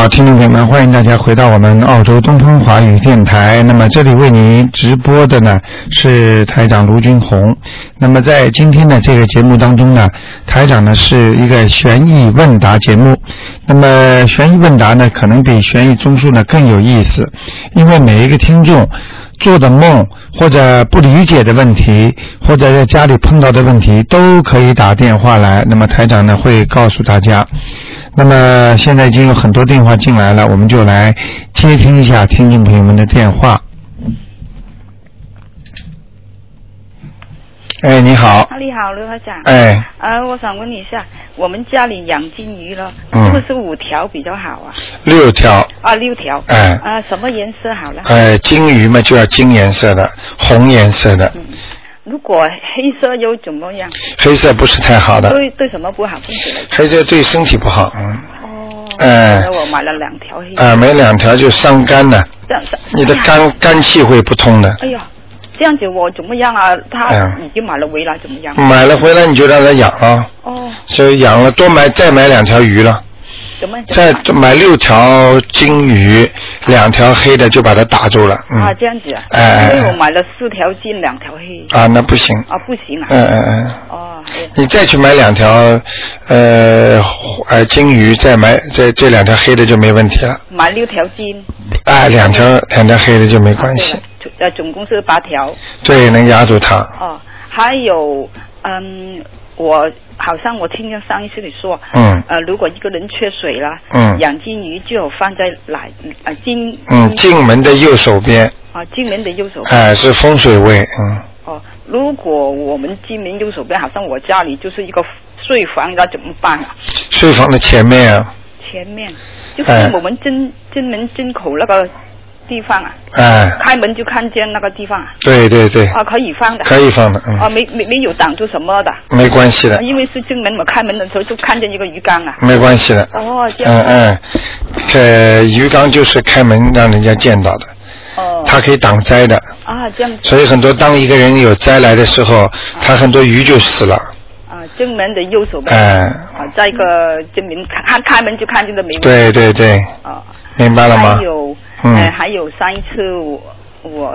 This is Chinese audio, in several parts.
听众朋友们，欢迎大家回到我们澳洲东方华语电台。那么这里为您直播的呢是台长卢军红。那么在今天的这个节目当中呢，台长呢是一个悬疑问答节目。那么悬疑问答呢可能比悬疑综述呢更有意思，因为每一个听众做的梦或者不理解的问题，或者在家里碰到的问题都可以打电话来，那么台长呢会告诉大家。那么现在已经有很多电话进来了，我们就来接听一下听众朋友们的电话。哎，你好。 你好，刘台长。 哎。 我想问你一下，我们家里养金鱼了，是不是5条比较好啊 ？6条。 啊，6条。 哎。 什么颜色好了？ 金鱼嘛就要金颜色的，红颜色的。 如果黑色又怎么样？ 黑色不是太好的。 对什么不好？ 黑色对身体不好。 我买了2条黑色。 买2条就伤肝了。你的肝气会不通的。 哎呀，这样子我怎么样啊？他已经买了回来，怎么样？ 买了回来你就让他养啊。所以养了再买2条鱼了。再买6条金鱼，2条黑的就把它打住了。 这样子啊。因为我买了4条金，2条黑。 那不行。 不行啊。 你再去买2条金鱼，再买这2条黑的就没问题了。 买6条金。 2条黑的就没关系。 总共是8条。 对，能压住它。 还有好像我听见上一次你说，如果一个人缺水了，养金鱼就有放在进门的右手边。 进门的右手边。 是风水位。 如果我们进门右手边，好像我家里就是一个睡房，那怎么办啊？ 睡房的前面啊。 前面，就是我们正门正口那个地方啊。开门就看见那个地方啊。对。可以放的。可以放的。没有挡住什么的。没关系的。因为是正门嘛，开门的时候就看见一个鱼缸啊。没关系的。这样。鱼缸就是开门让人家见到的。它可以挡灾的。这样。所以当一个人有灾来的时候，他很多鱼就死了。正门的右手边。在一个正门开门就看见的没问题。对。明白了吗？还有上一次我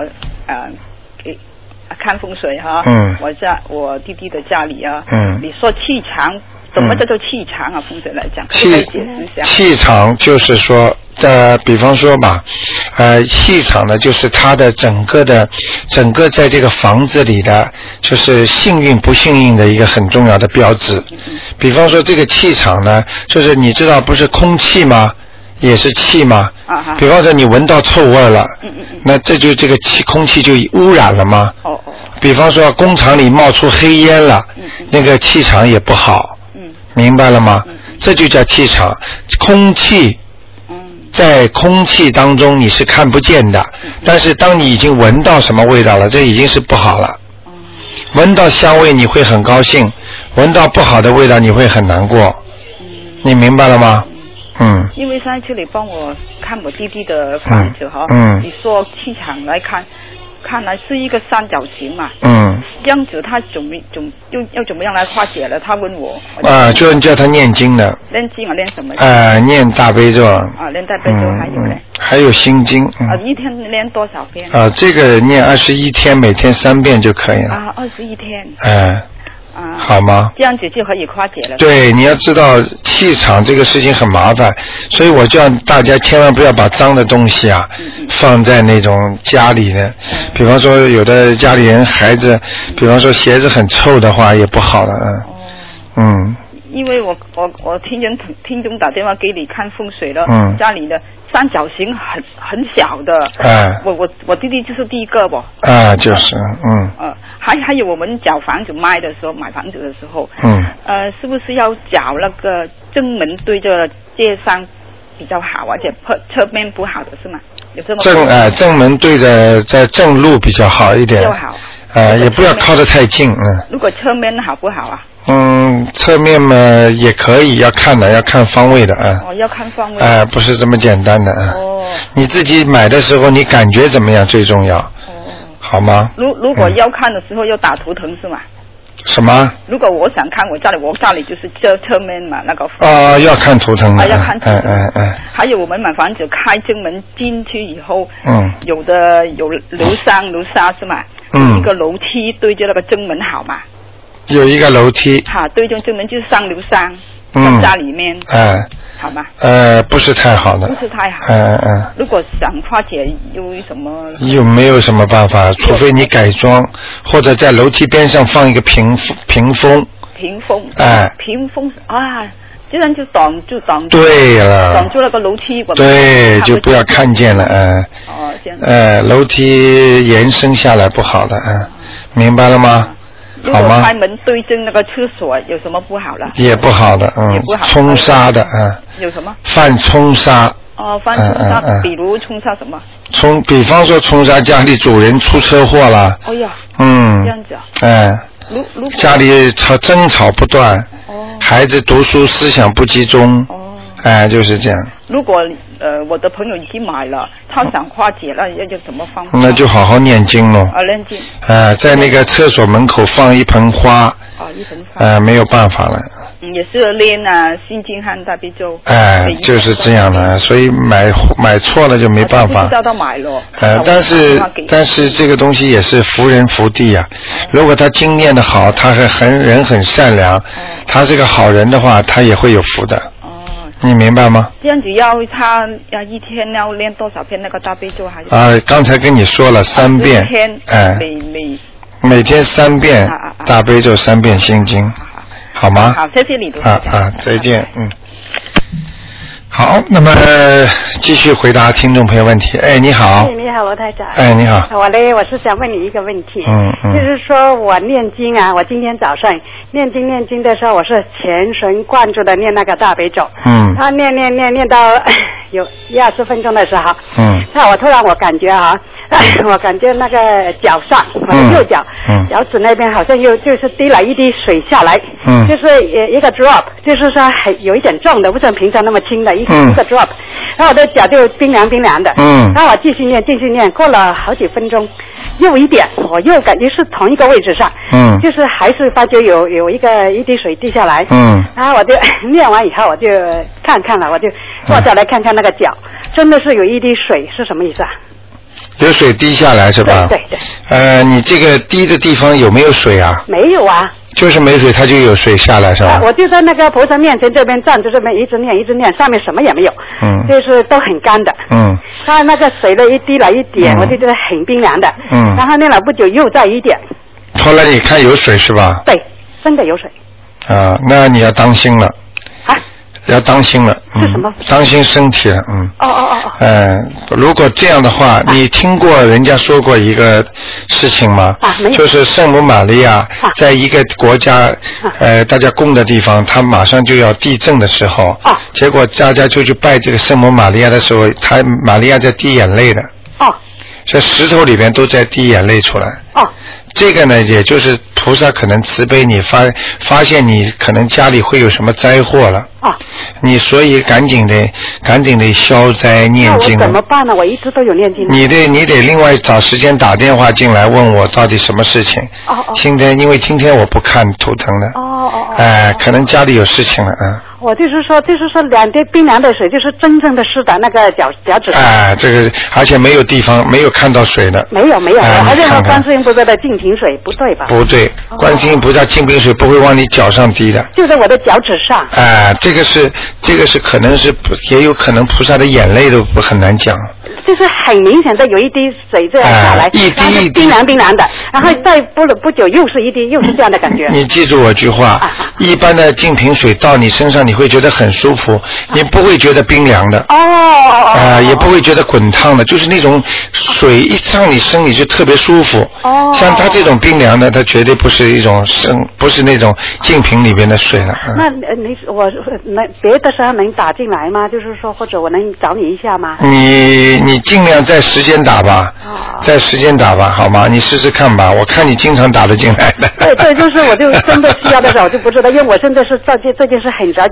看风水哈。我在我弟弟的家里啊。你说气场，什么叫做气场啊？风水来讲，可以解释一下。气场就是说。比方说吧，气场呢，就是它的整个在这个房子里的，就是幸运不幸运的一个很重要的标志。比方说这个气场呢，就是你知道不是空气吗？也是气吗？比方说你闻到臭味了，那这个空气就污染了吗？比方说工厂里冒出黑烟了，那个气场也不好。明白了吗？这就叫气场，空气。在空气当中你是看不见的，但是当你已经闻到什么味道了，这已经是不好了。闻到香味你会很高兴，闻到不好的味道你会很难过。你明白了吗？因为上一次你帮我看我弟弟的房子哈，你说气场来看来是一个三角形嘛。这样子他要怎么样来化解了？他问我。就叫他念经的。念经念什么？念大悲咒。念大悲咒还有呢？还有心经。一天念多少遍？这个念21天，每天3遍就可以了。21天。好吗？这样子就可以化解了。对，你要知道气场这个事情很麻烦，所以我叫大家千万不要把脏的东西放在那种家里呢。比方说有的家里人孩子，比方说鞋子很臭的话也不好的。因为我听见听众打电话给你看风水了，家里的三角形很小的。我弟弟就是第一个不。就是。还有我们找房子买房子的时候，是不是要找那个正门对着街上比较好，而且侧面不好的是吗？有这么正门对着在正路比较好一点。就好。也不要靠得太近。如果侧面好不好啊？侧面嘛也可以，要看方位的要看方位。不是这么简单的你自己买的时候你感觉怎么样最重要。好吗？如果要看的时候要打图腾是吗？ 什么？ 如果我想看我家里就是侧面嘛，那个。 要看图腾的。 要看图腾。还有我们买房子开正门进去以后，有楼上楼下是吗？一个楼梯对着那个正门好嘛？ 有一个楼梯。 好，对着正门就是上楼上，在家里面。好吗？ 不是太好的。 不是太好。如果想化解又什么？ 又没有什么办法，除非你改装，或者在楼梯边上放一个屏风。 屏风。屏风啊，这样就挡住。 对了。 挡住那个楼梯。 对，就不要看见了这样。 楼梯延伸下来不好的明白了吗？ 如果开门对正那个厕所有什么不好了？ 也不好的， 也不好。 冲杀的， 有什么？ 犯冲杀。 犯冲杀，比如冲杀什么？ 比方说冲杀家里主人出车祸了。 哎呀。这样子啊。家里争吵不断。孩子读书思想不集中。就是这样。如果我的朋友已经买了，他想化解了，要怎么方法？ 那就好好念经咯。 念经。 在那个厕所门口放一盆花。 一盆花。 没有办法了。 也是念心经和大悲咒。 就是这样的，所以买错了就没办法。 不知道他买了。 但是这个东西也是福人福地呀。如果他经验的好，他人很善良，他是个好人的话，他也会有福的。你明白吗？ 这样子他一天要练多少遍那个大悲咒还是？ 刚才跟你说了3遍。每天3遍大悲咒，3遍心经，好吗？ 好，谢谢你。 再见。好，那么继续回答听众朋友问题。你好。 你好，罗台长。 你好。 我是想问你一个问题。就是说我念经啊，我今天早上念经的时候，我是全神贯注的念那个大悲咒。他念到有20分钟的时候，那我突然感觉我感觉那个脚上，我的右脚，脚趾那边好像就是滴了一滴水下来，就是一个 drop， 就是说有一点重的，不像平常那么轻的一个 drop， 然后我的脚就冰凉的，然后我继续念，过了好几分钟，又一点，我又感觉是同一个位置上，就是还是发觉有一滴水滴下来，然后我就念完以后我就看了，我就坐下来看看那个脚，真的是有一滴水，是什么意思啊？ 有水滴下来是吧？ 对。 你这个滴的地方有没有水啊？ 没有啊。 就是没水，它就有水下来是吧？ 我就在那个菩萨面前这边站着，这边一直念，上面什么也没有，就是都很干的。它那个水的一滴了一点，我就觉得很冰凉的。然后念了不久又再一点。 后来你看有水是吧？ 对，真的有水。 那你要当心了。要当心了。 是什么？ 当心身体了。如果这样的话，你听过人家说过一个事情吗？ 没有。 就是圣母玛利亚在一个国家大家供的地方，她马上就要地震的时候，结果大家就去拜这个圣母玛利亚的时候，玛利亚在滴眼泪的。这石头里边都在滴眼泪出来。这个呢，也就是菩萨可能慈悲你发现你可能家里会有什么灾祸了。你所以赶紧的消灾念经。 那我怎么办呢？我一直都有念经。 你得另外找时间打电话进来问我到底什么事情。因为今天我不看图腾的。可能家里有事情了。 我就是说2滴冰凉的水，就是真正的湿的那个脚趾。 这个而且没有地方没有看到水的。 没有，还是观世音菩萨的净瓶水，不对吧？ 不对，观世音菩萨净瓶水不会往你脚上滴的。 就在我的脚趾上。 这个是可能是也有可能菩萨的眼泪都很难讲。 就是很明显的有一滴水这样下来， 一滴冰凉的，然后再不久又是一滴，又是这样的感觉。 你记住我句话，一般的净瓶水到你身上你会觉得很舒服，你不会觉得冰凉的。也不会觉得滚烫的，就是那种水一上你身体就特别舒服。像它这种冰凉的，它绝对不是一种不是那种净瓶里边的水了。 那我别的时候能打进来吗？就是说或者我能找你一下吗？ 你尽量在时间打吧，在时间打吧，好吗？你试试看吧，我看你经常打得进来的。 对，就是我就真的需要的时候我就不知道，因为我真的是这件事很着急，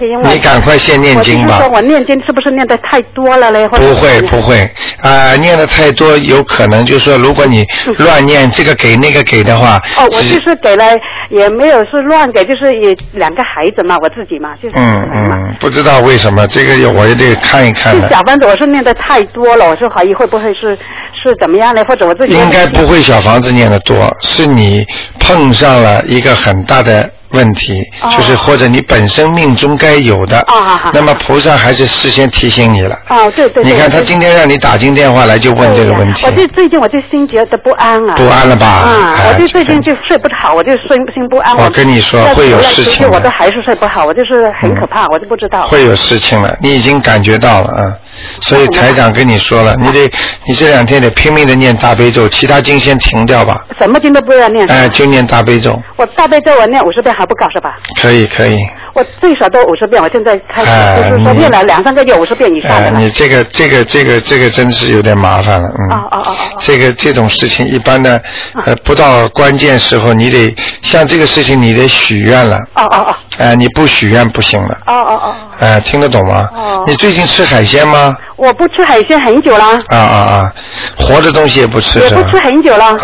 因为你赶快先念经吧。 我就是说我念经是不是念的太多了嘞？ 不会念的太多有可能就是说，如果你乱念这个给那个给的话。 我就是给了，也没有是乱给，就是也2个孩子嘛，我自己嘛，就是。 不知道为什么这个我也得看一看的。 小房子我是念的太多了，我是怀疑会不会是怎么样呢？或者我自己。 应该不会小房子念的多，是你碰上了一个很大的问题，就是或者你本身命中该有的，那么菩萨还是事先提醒你了。 对。 你看他今天让你打进电话来就问这个问题。 我就最近我就心觉得不安啊。 不安了吧？ 我就最近就睡不好，我就心不安。 我跟你说会有事情。 我都还是睡不好，我就是很可怕，我就不知道。 会有事情了，你已经感觉到了所以台长跟你说了，你这2天得拼命的念大悲咒，其他经先停掉吧。 什么经都不要念。 就念大悲咒。 我大悲咒我念50遍还不够是吧？ 可以。 我最少都50遍，我现在开始就是说念了2-3个月50遍以上的了。 你这个真是有点麻烦了，这种事情一般的不到关键时候，你得像这个事情你得许愿了。你不许愿不行了。听得懂吗？你最近吃海鲜吗？ 我不吃海鲜很久了。 活的东西也不吃是吧？ 也不吃很久了。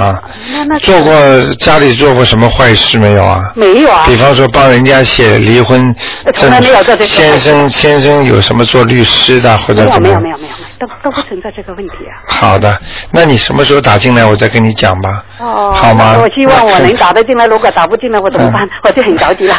家里做过什么坏事没有啊？ 没有啊。 比方说帮人家写离婚证。 从来没有这个。 先生有什么做律师的或者怎么？ 没有，都不存在这个问题啊。 好的，那你什么时候打进来我再跟你讲吧。好吗？ 我希望我能打得进来，如果打不进来我怎么办？我就很着急了。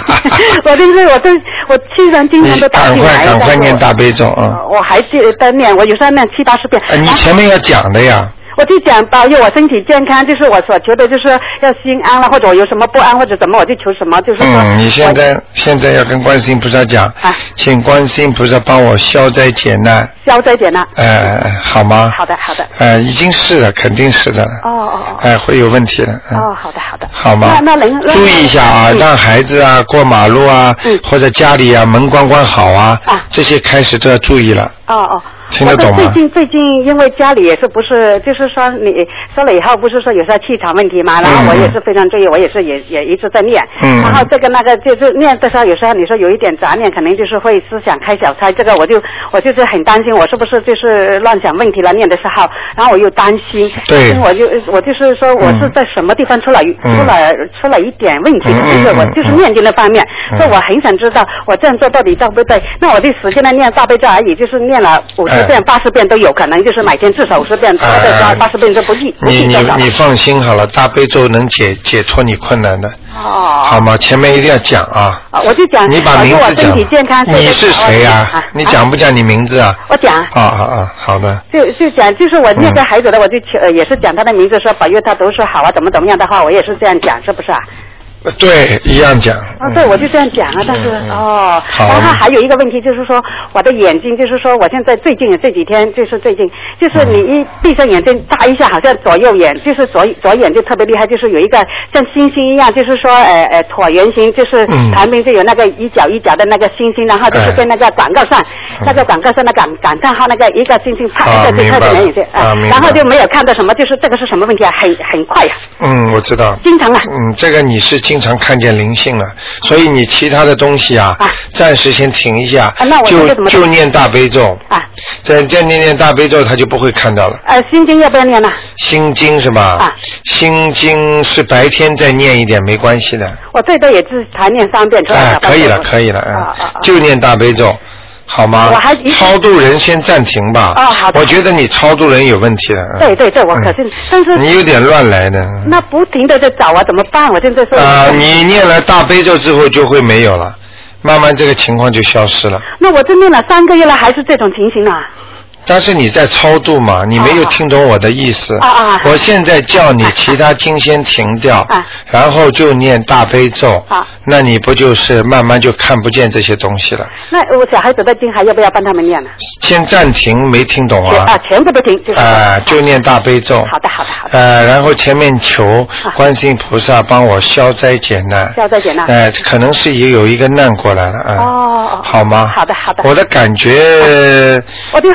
我虽然经常都打进来。 赶快念大悲咒我还在念，我有时候念70-80遍。 你前面要讲的呀。 我就讲保佑我身体健康，就是我所求的，就是要心安了，或者我有什么不安或者怎么，我就求什么，就是说。 你现在要跟观世音菩萨讲，请观世音菩萨帮我消灾解难。 消灾解难。 好吗？ 好的。 已经是了，肯定是的。会有问题的。 好的。 好吗？ 那注意一下让孩子过马路或者家里门关好这些开始都要注意了。听得懂吗？ 最近因为家里也是不是，就是说你说了以后，不是说有时候气场问题嘛，然后我也是非常注意，我也一直在念。然后这个那个就是念的时候，有时候你说有一点杂念，可能就是会思想开小差，这个我就是很担心，我是不是就是乱想问题了念的时候，然后我又担心。 对。 我就是说我是在什么地方出了一点问题，就是我就是念经的方面，所以我很想知道我这样做到底对不对？那我就使劲的念大悲咒而已，就是念了50遍、80遍都有可能，就是每天至少50遍，或者80遍就不易。 你放心好了，大悲咒能解脱你困难的。好吗？前面一定要讲我就讲。 你把名字讲。 身体健康。 你是谁呀？你讲不讲你名字啊？ 我讲。 好的。 就讲，就是我那个孩子的，我就也是讲他的名字，说保佑他读书好怎么样的话，我也是这样讲，是不是啊？ 对，一样讲。 对，我就这样讲但是然后还有一个问题就是说，我的眼睛就是说，我现在最近这几天就是就是你一闭上眼睛眨一下，好像左右眼就是左眼就特别厉害，就是有一个像星星一样，就是说椭圆形，就是旁边就有那个一角一角的那个星星，然后就是跟那个广告上那个感叹号那个一个星星啪一个就特别明显然后就没有看到什么，就是这个是什么问题啊？很快呀。 我知道。 经常这个你是经常看见灵性了，所以你其他的东西暂时先停一下，就念大悲咒再念大悲咒，他就不会看到了。 心经要不要念呢？ 心经是吧？心经是白天再念一点没关系的。 我最多也是才念3遍。 可以了就念大悲咒。好吗？超度人先暂停吧。 好的。 我觉得你超度人有问题了。 对，我可是，但是你有点乱来的。 那不停的在找怎么办？我现在你念了大悲咒之后就会没有了，慢慢这个情况就消失了。 那我这念了3个月了，还是这种情形但是你在超度嘛，你没有听懂我的意思。我现在叫你其他经先停掉，然后就念大悲咒。那你不就是慢慢就看不见这些东西了？那我小孩子的经还要不要帮他们念呢？ 先暂停，没听懂全部都停。 就念大悲咒。 好的。 然后前面求观世音菩萨帮我消灾解难。 消灾解难。 可能是也有一个难过来了好吗？ 好的。 我的感觉。 我就很不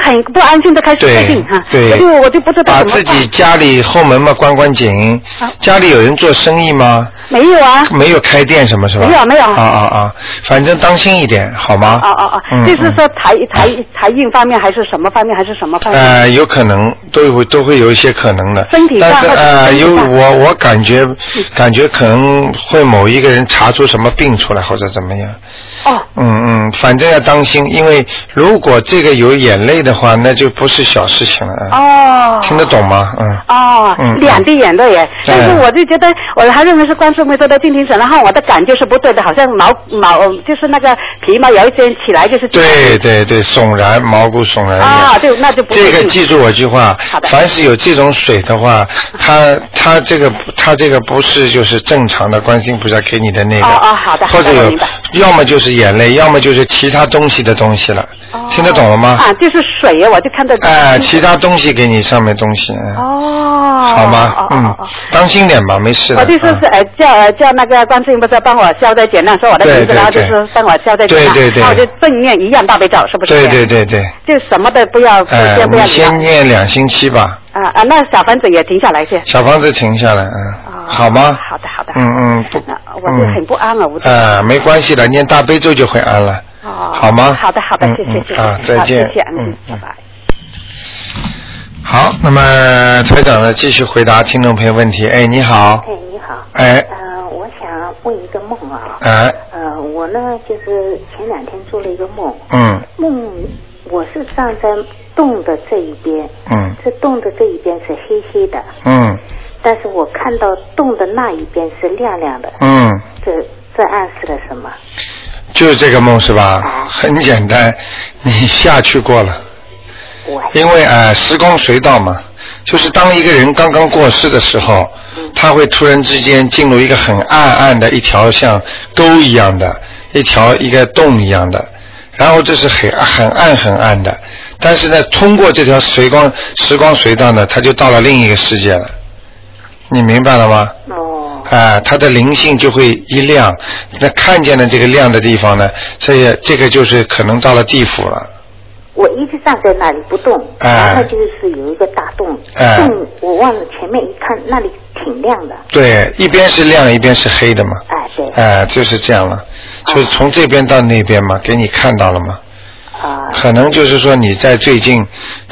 安心的开始决定哈。 对， 我就不知道把自己家里后门嘛关紧。家里有人做生意吗？ 没有啊。 没有开店什么是吧？ 没有。 反正当心一点好吗？ 就是说财运方面还是什么方面有可能都会有一些可能的。 身体上但是我感觉可能会某一个人查出什么病出来或者怎么样。反正要当心，因为如果这个有眼泪的话，那就不是小事情了。听得懂吗？ 2滴眼泪耶。但是我就觉得，我还认为是观世音菩萨的敬天神，然后我的感觉是不对的，好像毛就是那个皮毛有一些起来就是。 对，悚然，毛骨悚然。 那就不是。 这个记住我句话，凡是有这种水的话，它这个不是就是正常的观世音菩萨给你的那个。 好的。 或者要么就是眼泪，要么就是其他东西的东西了。听得懂了吗？ 就是水，我就看到。 其他东西给你上面东西。好吗？当心点吧，没事的。 我就是叫那个观世音菩萨帮我消灾解难，说我的名字，然后就是帮我消灾解难。 对。 然后就正念一样大悲咒，是不是？ 对。 就什么的不要，先不要。 先念2星期吧。 那小房子也停下来先。 小房子停下来，好吗？ 好的。 我就很不安了， 没关系的，念大悲咒就会安了。好吗？ 好的，谢谢。 再见。 谢谢，拜拜。 好，那么台长呢，继续回答听众朋友问题。你好。 你好。我想问一个梦啊。我呢，就是前2天做了一个梦。梦我是站在洞的这一边。这洞的这一边是黑黑的。但是我看到洞的那一边是亮亮的。这暗示了什么？ 就是这个梦是吧？很简单，你下去过了。因为时光隧道嘛，就是当一个人刚刚过世的时候，他会突然之间进入一个很暗的一条像沟一样的一个洞一样的，然后这是很暗的，但是呢，通过这条时光隧道呢，他就到了另一个世界了。你明白了吗？他的灵性就会一亮，那看见了这个亮的地方呢，这个就是可能到了地府了。 我一直站在那里不动，然后就是有一个大洞，洞我忘了前面一看那里挺亮的。对， 一边是亮一边是黑的嘛。 对。 就是这样了，就是从这边到那边嘛，给你看到了嘛。可能就是说你在最近，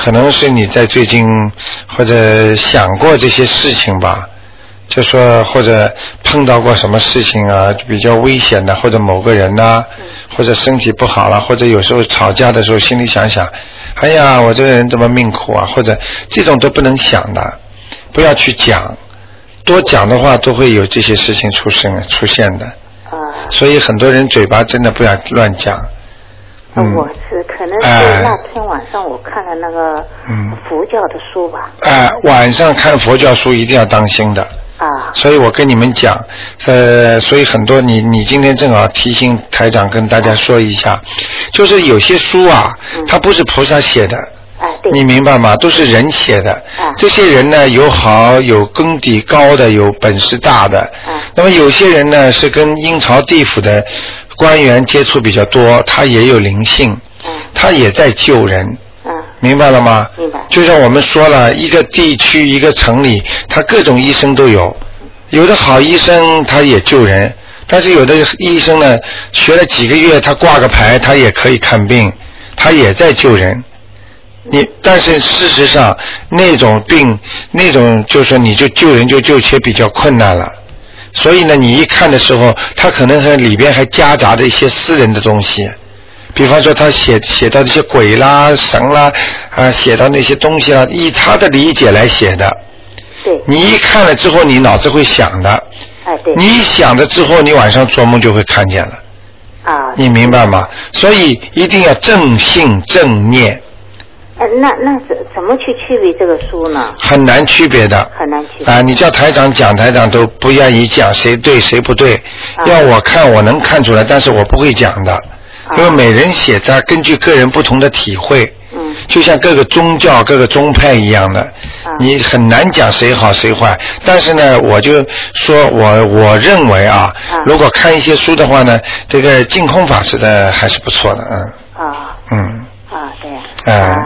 或者想过这些事情吧。就说或者碰到过什么事情啊，比较危险的，或者某个人呐，或者身体不好了，或者有时候吵架的时候心里想想，哎呀，我这个人这么命苦啊，或者这种都不能想的，不要去讲，多讲的话都会有这些事情出现的。所以很多人嘴巴真的不要乱讲。 我是可能是那天晚上我看了那个佛教的书吧。 晚上看佛教书一定要当心的。所以我跟你们讲，所以很多你今天正好提醒台长跟大家说一下，就是有些书啊，它不是菩萨写的，你明白吗？都是人写的。这些人呢，有好有功底高的，有本事大的。那么有些人呢，是跟阴曹地府的官员接触比较多，他也有灵性，他也在救人。明白了吗？ 明白。 就像我们说了，一个地区一个城里，他各种医生都有，有的好医生他也救人，但是有的医生呢，学了几个月他挂个牌，他也可以看病，他也在救人。但是事实上那种病，那种就是说你就救人就救起比较困难了。所以呢，你一看的时候，他可能还里边还夹杂着一些私人的东西。比方说他写到这些鬼啦神啦写到那些东西啦，以他的理解来写的。 对。 你一看了之后你脑子会想的。 对。 你一想了之后你晚上做梦就会看见了。你明白吗？所以一定要正信正念。 那怎么去区别这个书呢？ 很难区别的。 很难区别。 你叫台长讲，台长都不愿意讲谁对谁不对。要我看我能看出来，但是我不会讲的。因为每人写他根据个人不同的体会，就像各个宗教各个宗派一样的，你很难讲谁好谁坏。但是呢，我就说我认为如果看一些书的话呢，这个净空法师的还是不错的。 对。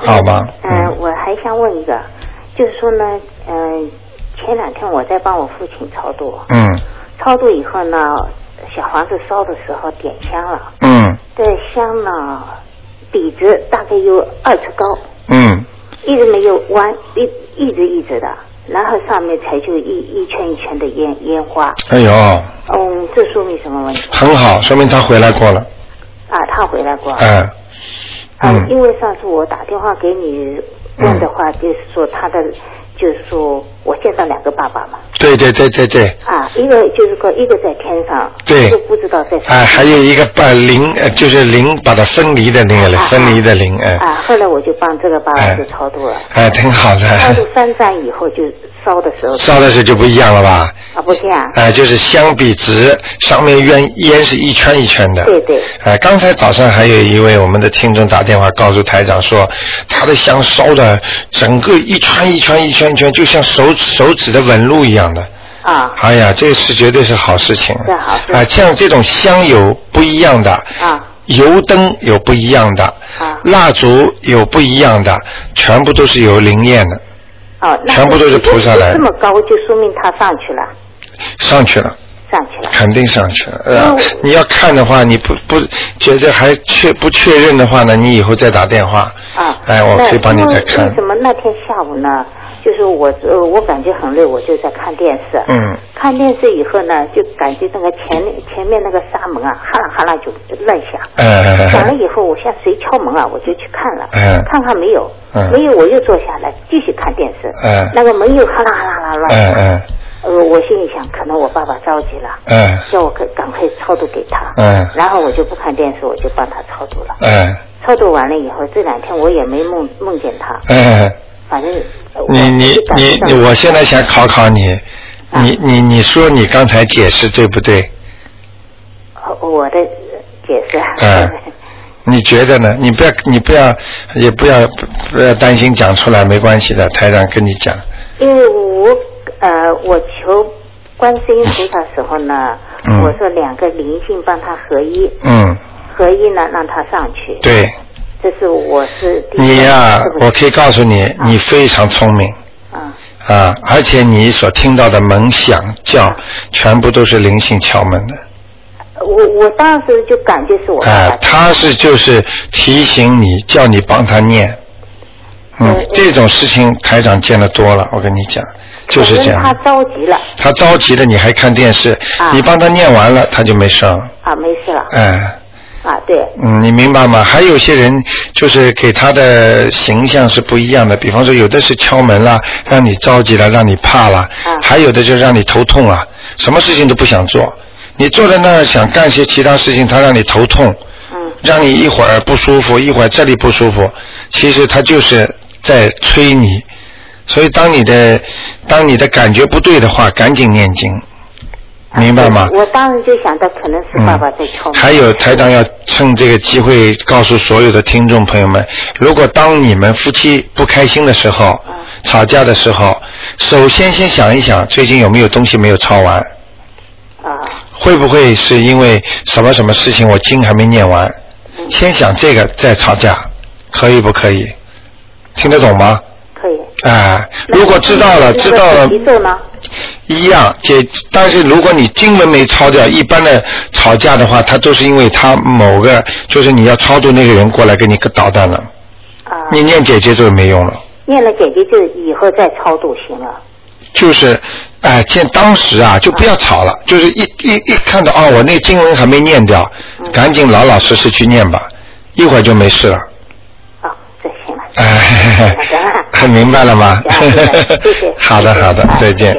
好吧。 我还想问一个，就是说呢，前2天我在帮我父亲超度。超度以后呢，小房子烧的时候点香了。这香呢，笔直大概有2尺高。一直没有弯，一直的，然后上面才就一圈一圈的烟花。 哎呦。 这说明什么问题？ 很好，说明他回来过了。 他回来过。因为上次我打电话给你问的话，就是说他的，就是说我见到2个爸爸嘛。对。 一个就是说一个在天上， 对， 就不知道在。 还有一个灵，就是灵把它分离的那个分离的灵。 后来我就帮这个爸爸就超度了。 挺好的。 超度3站以后就烧的时候就不一样了吧？ 不一样。 就是香笔直，上面烟是一圈一圈的。 对。 刚才早上还有一位我们的听众打电话告诉台长说，他的香烧的整个一圈一圈，就像手指的纹路一样的。哎呀，这是绝对是好事情。 是好事。 像这种香有不一样的。油灯有不一样的。蜡烛有不一样的，全部都是有灵验的。全部都是菩萨来的。 这么高就说明他上去了。 上去了。肯定上去了。你要看的话，你不觉得还不确认的话呢，你以后再打电话。我可以帮你再看。 为什么那天下午呢？就是我感觉很累，我就在看电视。看电视以后呢，就感觉那个前面那个纱门啊，哈啦哈啦就乱响。响了以后，我想谁敲门啊，我就去看了。看没有，没有我又坐下来继续看电视。那个门又哈啦哈啦哈啦乱响。我心里想，可能我爸爸着急了，叫我赶快超度给他。然后我就不看电视，我就帮他超度了。超度完了以后，这2天我也没梦见他。反正我现在想考你，你说你刚才解释对不对？ 我的解释。 你觉得呢？你不要担心讲出来，没关系的，台长跟你讲。 因为我求观世音菩萨的时候呢，我说2个灵性帮他合一。合一呢，让他上去。 对。 这是我是你呀，我可以告诉你，你非常聪明。而且你所听到的门响叫，全部都是灵性敲门的。 我当时就感觉是我爸爸。 他就是提醒你，叫你帮他念。这种事情台长见得多了，我跟你讲，就是这样。 他着急了。 他着急了，你还看电视？你帮他念完了，他就没事了。 没事了。对。 你明白吗？还有些人就是给他的形象是不一样的，比方说有的是敲门啦，让你着急了，让你怕了，还有的就让你头痛了，什么事情都不想做。你坐在那儿想干些其他事情，他让你头痛，让你一会儿不舒服，一会儿这里不舒服，其实他就是在催你。所以当你的感觉不对的话，赶紧念经。明白吗？ 我当时就想到可能是爸爸在敲门。 还有台长要趁这个机会告诉所有的听众朋友们，如果当你们夫妻不开心的时候，吵架的时候，首先想一想最近有没有东西没有抄完。会不会是因为什么事情我经还没念完？先想这个再吵架，可以不可以？听得懂吗？ 可以。 如果知道了一样，但是如果你经文没抄掉，一般的吵架的话，他都是因为他某个就是你要超度那个人过来给你捣蛋了。你念姐姐咒没用了。 念了姐姐咒以后再超度行了。 就是当时就不要吵了，就是一看到我那个经文还没念掉，赶紧老老实实去念吧，一会儿就没事了。 这行了。 很明白了吗？ 谢谢。 好的，再见。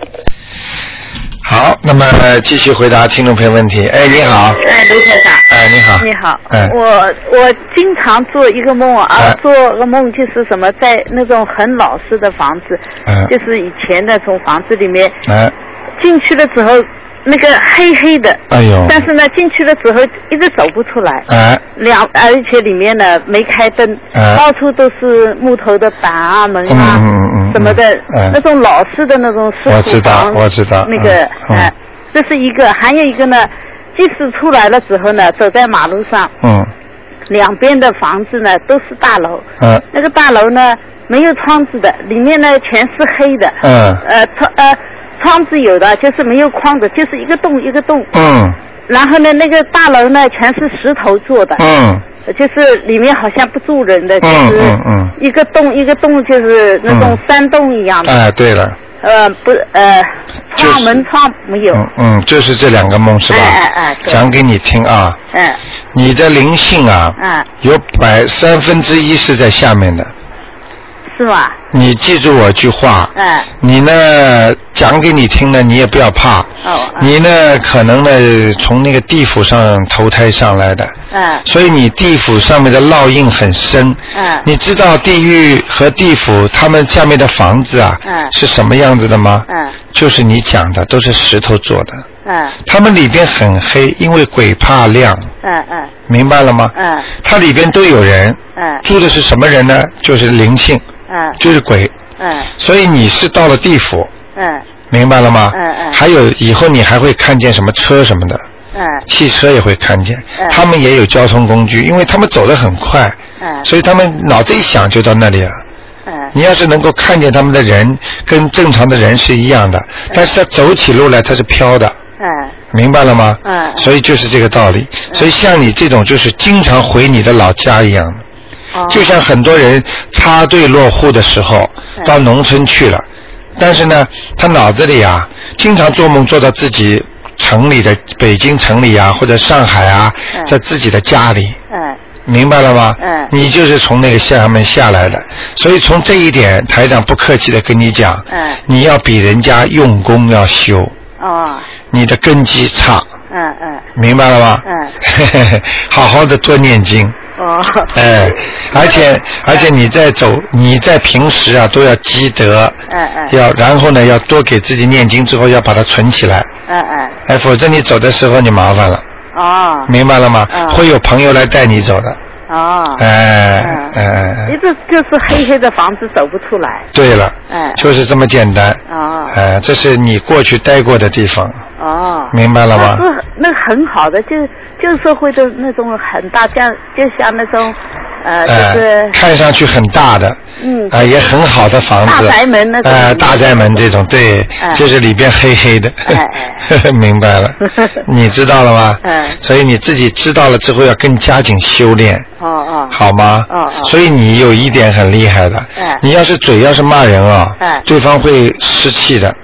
好，那么继续回答听众朋友问题。你好。 卢台长。 你好。 你好。我经常做一个梦做个梦就是什么，在那种很老式的房子，就是以前那种房子里面，进去的时候那个黑黑的，但是呢进去的时候一直走不出来，而且里面呢没开灯，到处都是木头的板门什么的，那种老式的那种石土房， 我知道那个这是一个，还有一个呢，即使出来了之后呢，走在马路上， 两边的房子呢都是大楼，那个大楼呢没有窗子的，里面呢全是黑的，窗子有的就是没有框的，就是一个洞一个洞，然后呢那个大楼呢全是石头做的，就是里面好像不住人的，就是一个洞一个洞，就是那种山洞一样的。 哎，对了。 窗门窗没有。 就是这两个梦是吧？讲给你听啊。你的灵性啊，有1/3是在下面的。 是吗？ 你记住我句话。你呢讲给你听呢，你也不要怕。你呢可能呢从那个地府上投胎上来的。所以你地府上面的烙印很深。你知道地狱和地府他们下面的房子啊，是什么样子的吗？就是你讲的都是石头做的。他们里边很黑，因为鬼怕亮。明白了吗？它里边都有人。住的是什么人呢？就是灵性。就是鬼。所以你是到了地府。明白了吗？还有以后你还会看见什么车什么的。汽车也会看见。他们也有交通工具，因为他们走得很快。所以他们脑子一想就到那里了。你要是能够看见他们的人跟正常的人是一样的，但是他走起路来他是飘的。明白了吗？所以就是这个道理。所以像你这种就是经常回你的老家一样的。就像很多人插队落户的时候到农村去了，但是呢他脑子里啊经常做梦做到自己城里的北京城里啊或者上海啊，在自己的家里。明白了吗？你就是从那个下面下来的，所以从这一点台长不客气的跟你讲，你要比人家用功要修。你的根基差。明白了吗？好好的多念经。而且你在平时啊都要积德。然后呢要多给自己念经之后要把它存起来。否则你走的时候你麻烦了。明白了吗？会有朋友来带你走的。 一直就是黑黑的房子走不出来。 对了。就是这么简单。这是你过去待过的地方。明白了吗？ 那很好的，旧社会的那种很大，就像那种就是看上去很大的，也很好的房子， 大宅门那种， 大宅门这种，对，就是里边黑黑的。明白了。你知道了吗？所以你自己知道了之后要更加紧修炼。好吗？所以你有一点很厉害的，你要是嘴要是骂人啊，对方会失气的。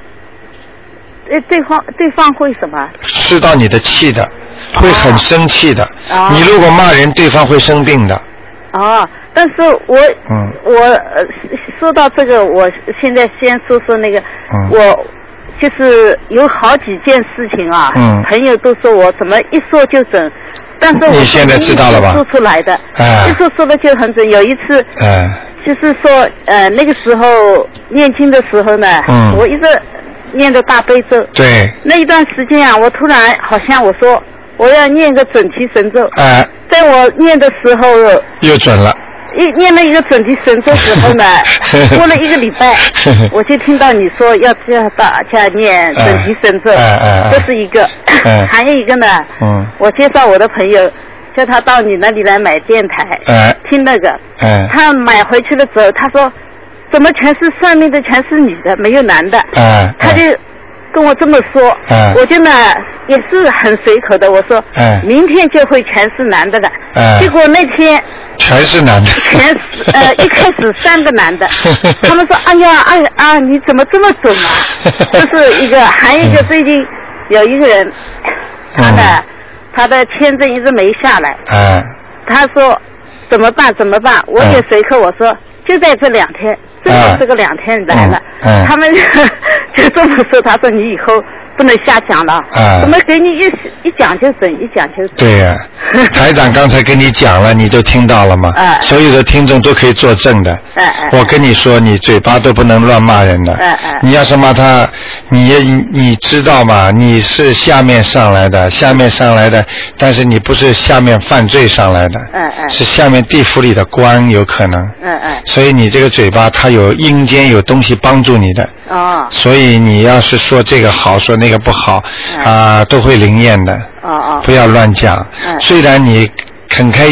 对方会什么？ 吃到你的气的，会很生气的。你如果骂人，对方会生病的。 但是我说到这个，我现在先说那个，我就是有好几件事情啊，朋友都说我怎么一说就准，但是我你现在知道了吧？ 说出来的，一说的就很准。有一次，就是说那个时候念经的时候呢，我一直念的大悲咒。对。那一段时间啊，我突然好像我说我要念个准提神咒。在我念的时候又准了。 念了一个准提神咒之后呢，过了1个礼拜，我就听到你说要叫大家念准提神咒，这是一个。还有一个呢，我介绍我的朋友，叫他到你那里来买电台，听那个。他买回去了之后，他说怎么全是上面的全是女的，没有男的。他就跟我这么说，我就呢也是很随口的，我说明天就会全是男的了。结果那天全是男的， 全是一开始3个男的，他们说哎呀你怎么这么准啊？这是一个，还有一个最近有一个人，他的签证一直没下来，他说怎么办？我也随口我说就在这2天，正好这个2天来了，他们就这么说，他说你以后不能瞎讲了，怎么给你一讲就准，一讲就准。 对呀，台长刚才跟你讲了，你都听到了吗？所有的听众都可以作证的。我跟你说，你嘴巴都不能乱骂人的。你要是骂他，你知道吗？你是下面上来的，但是你不是下面犯罪上来的，是下面地府里的官有可能。所以你这个嘴巴它有阴间有东西帮助你的。所以你要是说这个好，说那个不好，都会灵验的。不要乱讲。虽然你很开心，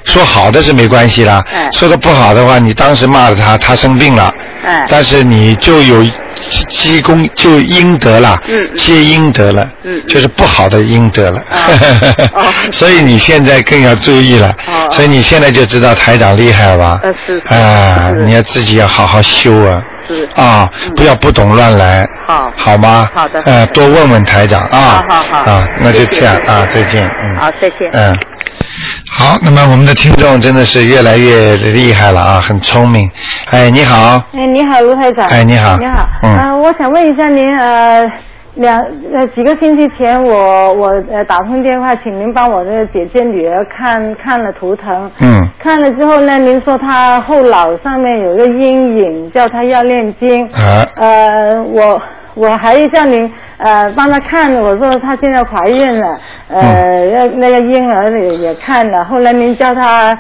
说好的是没关系啦，说的不好的话，你当时骂了他，他生病了，但是你就有积功就阴德了，积阴德了，就是不好的阴德了，所以你现在更要注意了，所以你现在就知道台长厉害吧？你要自己要好好修啊。不要不懂乱来，好吗？ 好的。 多问问台长啊。 好。 那就这样啊，再见。 好，再见。 好，那么我们的听众真的是越来越厉害了啊，很聪明。哎，你好。 你好，卢台长。 哎，你好。 你好。我想问一下您几个星期前我打通电话，请您帮我的姐姐女儿看了图腾。看了之后呢，您说她后脑上面有个阴影，叫她要念经。我还向您帮她看，我说她现在怀孕了，那个婴儿也看了，后来您叫她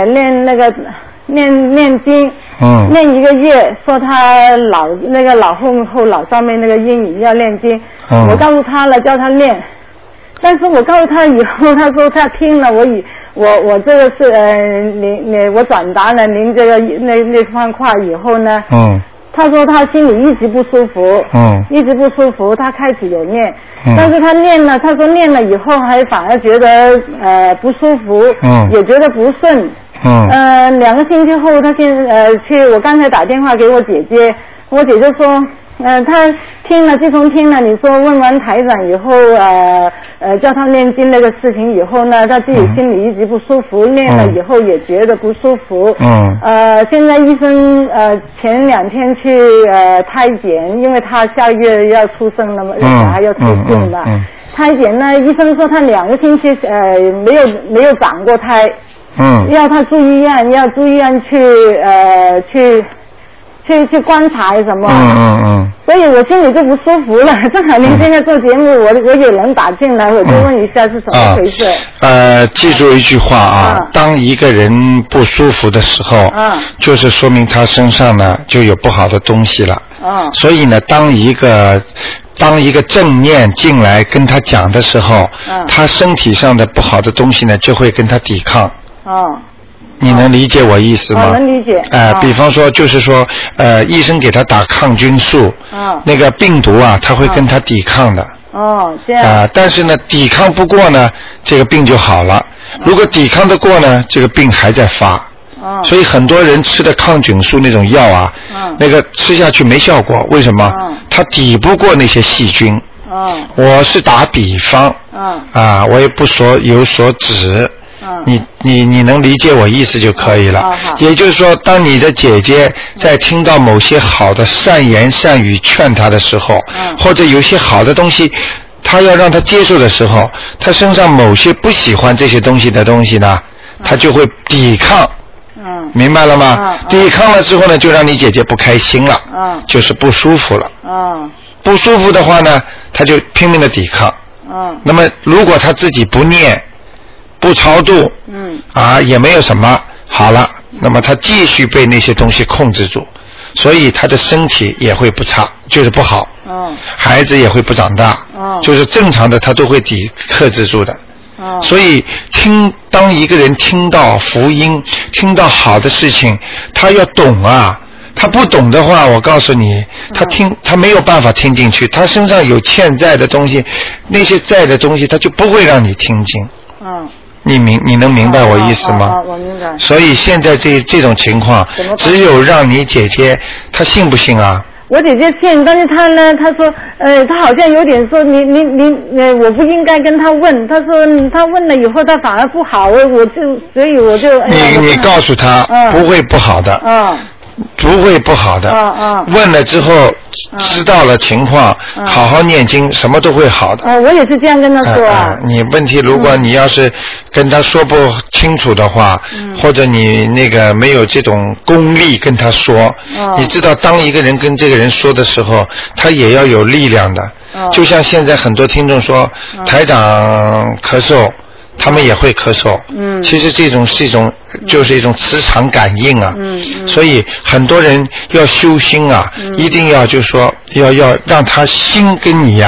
念经，念1个月，说他后脑上面那个阴影要念经，我告诉他了，叫他念，但是我告诉他以后，他说他听了，我这个是我转达了您这个那番话以后呢，他说他心里一直不舒服，一直不舒服，他开始有念，但是他念了，他说念了以后还反而觉得不舒服，也觉得不顺。2个星期后，他我刚才打电话给我姐姐，我姐姐说，他自从听了你说问完台长以后，叫他念经那个事情以后呢，他自己心里一直不舒服，念了以后也觉得不舒服。现在医生前2天去胎检，因为他下个月要出生了嘛，小孩要出生了。胎检呢，医生说他2个星期没有长过胎。要他住医院，去观察什么。所以我心里就不舒服了。正好您现在做节目，我也能打进来，我就问一下是什么回事。 记住一句话啊，当一个人不舒服的时候，就是说明他身上呢就有不好的东西了。所以呢，当一个正念进来跟他讲的时候，他身体上的不好的东西呢就会跟他抵抗。你能理解我意思吗？ 能理解。 比方说就是说医生给他打抗菌素，那个病毒啊他会跟他抵抗的。 这样。 但是呢抵抗不过呢这个病就好了，如果抵抗得过呢这个病还在发。所以很多人吃的抗菌素那种药啊，那个吃下去没效果，为什么？它抵不过那些细菌。我是打比方。我也不有所指。你能理解我意思就可以了。也就是说，当你的姐姐在听到某些好的善言善语劝她的时候，或者有些好的东西她要让她接受的时候，她身上某些不喜欢这些东西的东西呢，她就会抵抗。明白了吗？抵抗了之后呢，就让你姐姐不开心了，就是不舒服了。不舒服的话呢，她就拼命的抵抗。那么如果她自己不念不超度，也没有什么好了，那么他继续被那些东西控制住，所以他的身体也会不差，就是不好。孩子也会不长大。就是正常的他都会克制住的。所以当一个人听到福音，听到好的事情，他要懂啊。他不懂的话，我告诉你，他没有办法听进去，他身上有欠债的东西，那些债的东西他就不会让你听进。你能明白我意思吗？ 我明白。 所以现在这种情况，只有让你姐姐，她信不信啊？ 我姐姐信，但是她呢，她说，她好像有点说你，我不应该跟她问。她说她问了以后，她反而不好，所以我就。 你告诉她，不会不好的。不会不好的。问了之后知道了情况，好好念经，什么都会好的。 我也是这样跟他说。 你问题如果你要是跟他说不清楚的话，或者你那个没有这种功力跟他说，你知道当一个人跟这个人说的时候，他也要有力量的。就像现在很多听众说，台长咳嗽。他们也会咳嗽。其实这种是就是一种磁场感应啊。所以很多人要修心啊，一定要就是说要让他心跟你呀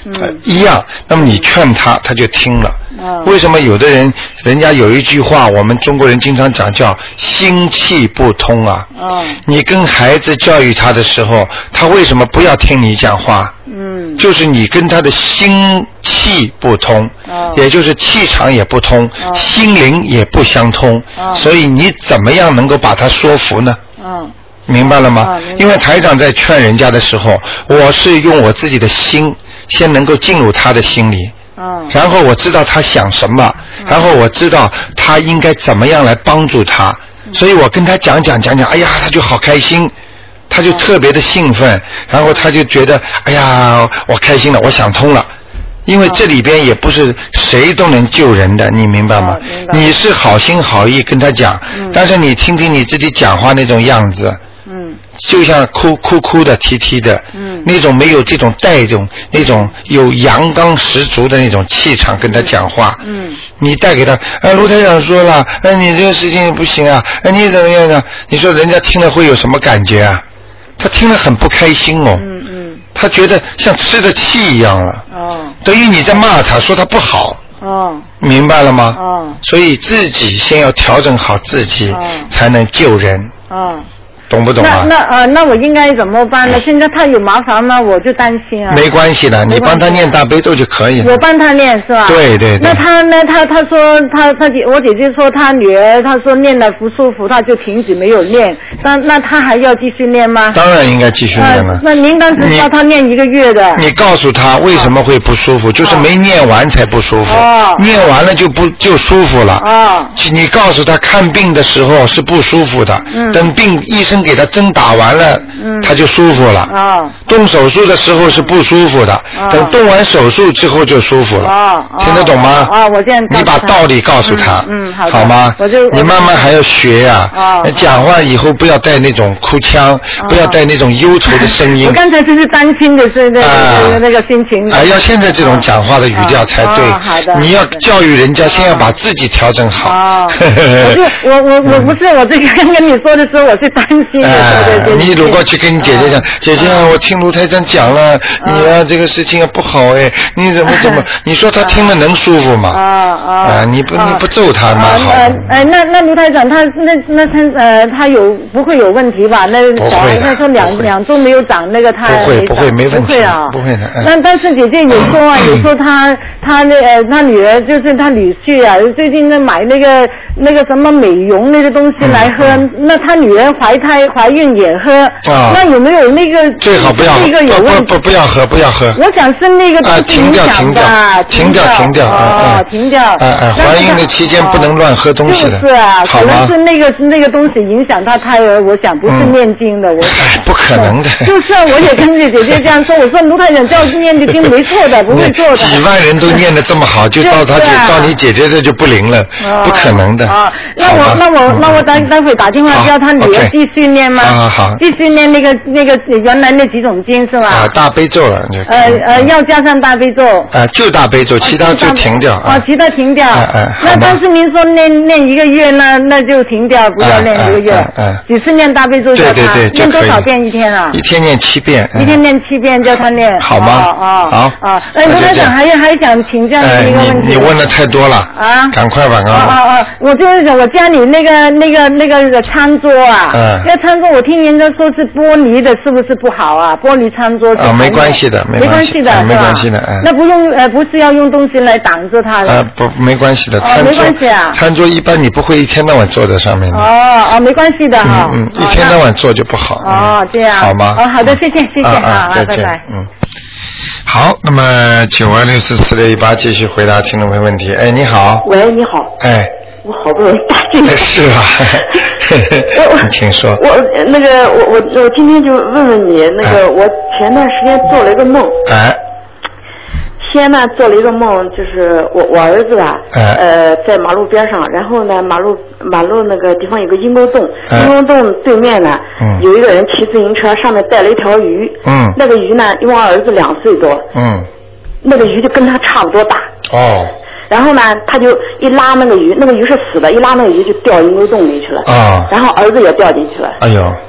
一样。那么你劝他，他就听了。为什么有的人家有一句话，我们中国人经常讲叫心气不通啊。你跟孩子教育他的时候，他为什么不要听你讲话？就是你跟他的心气不通，也就是气场也不通，心灵也不相通，所以你怎么样能够把他说服呢？明白了吗？因为台长在劝人家的时候，我是用我自己的心先能够进入他的心里，然后我知道他想什么，然后我知道他应该怎么样来帮助他，所以我跟他讲，哎呀，他就好开心，他就特别的兴奋，然后他就觉得，哎呀，我开心了，我想通了。因为这里边也不是谁都能救人的，你明白吗？你是好心好意跟他讲，但是你听听你自己讲话那种样子，就像哭的啼的，那种没有这种带那种有阳刚十足的那种气场跟他讲话，你带给他，卢台长说了，你这个事情不行啊，你怎么样呢？你说人家听了会有什么感觉啊？他听了很不开心哦，他觉得像吃的气一样了，等于你在骂他，说他不好，明白了吗？所以自己先要调整好自己，才能救人。懂不懂啊？ 那我应该怎么办呢？现在他有麻烦吗？我就担心啊。 没关系的，你帮他念大悲咒就可以了。 我帮他念是吧？ 对。 那他说我姐姐说他女儿，她说念了不舒服，他就停止没有念。那他还要继续念吗？ 当然应该继续念了。 那您当时叫他念1个月的。 你告诉他为什么会不舒服，就是没念完才不舒服。念完了就舒服了。你告诉他看病的时候是不舒服的，等医生给他针打完了，他就舒服了。动手术的时候是不舒服的，等动完手术之后就舒服了。听得懂吗？ 我这样你把道理告诉他，好吗？你慢慢还要学呀。讲话以后不要带那种哭腔，不要带那种忧愁的声音。 我刚才就是担心的是那个心情。 要现在这种讲话的语调才对。 好的。 你要教育人家，先要把自己调整好。 我不是我这个跟你说的时候，我是担心的。 你如果去跟你姐姐讲，姐姐，我听卢台长讲了，你这个事情不好你怎么？你说他听了能舒服吗？你不揍他蛮好。 那卢台长他不会有问题吧？ 不会的。 他说两周没有长那个他不会没问题。 不会啊， 不会的。 但是姐姐有说他女儿就是他女婿啊，最近买那个什么美容那个东西来喝，那他女儿怀孕也喝，那有没有那个最好不要那个有问题？ 不要喝。 我想是那个停掉。停掉。怀孕的期间不能乱喝东西的。 就是啊，可能是那个东西影响到胎儿，我想不是念经的，我想。 不可能的。 就是啊，我也跟姐姐这样说，我说卢台长叫念的经没错的，不会做的。 几万人都念得这么好，就到你姐姐这就不灵了，不可能的。 那我待会打电话叫他女儿继续念吗？ 好。 继续念那个原来那几种经是吧？ 大悲咒了。 要加上大悲咒。 就大悲咒，其他就停掉。 其他停掉。那但是您说念1个月，那就停掉，不要念1个月。只是念大悲咒叫他。 对， 念多少遍一天啊？ 一天念7遍。 一天念7遍叫他念。 好吗？好。 卢台长还想请教你一个问题。 你问的太多了。赶快吧。 我就是想，我家里那个餐桌啊，那餐桌我听人家说是玻璃的，是不是不好啊？玻璃餐桌没关系的， 没关系的，那不是要用东西来挡着它的？ 没关系的， 没关系啊。 餐桌一般你不会一天到晚坐在上面的。 没关系的哈。 一天到晚坐就不好。 这样。 好吗？ 好的，谢谢再见。拜拜。好，那么92644618继续回答听众朋友问题。你好。 喂，你好。我好不容易打进来。 是啊。你请说。 我今天就问问你，我前段时间做了一个梦。先呢做了一个梦，就是我儿子吧，在马路边上，然后呢马路那个地方有个阴沟洞，阴沟洞对面呢，有一个人骑自行车，上面带了一条鱼，那个鱼呢，因为我儿子2岁多，那个鱼就跟他差不多大，然后呢他就一拉那个鱼，那个鱼是死的，一拉那个鱼就掉阴沟洞里去了，然后儿子也掉进去了，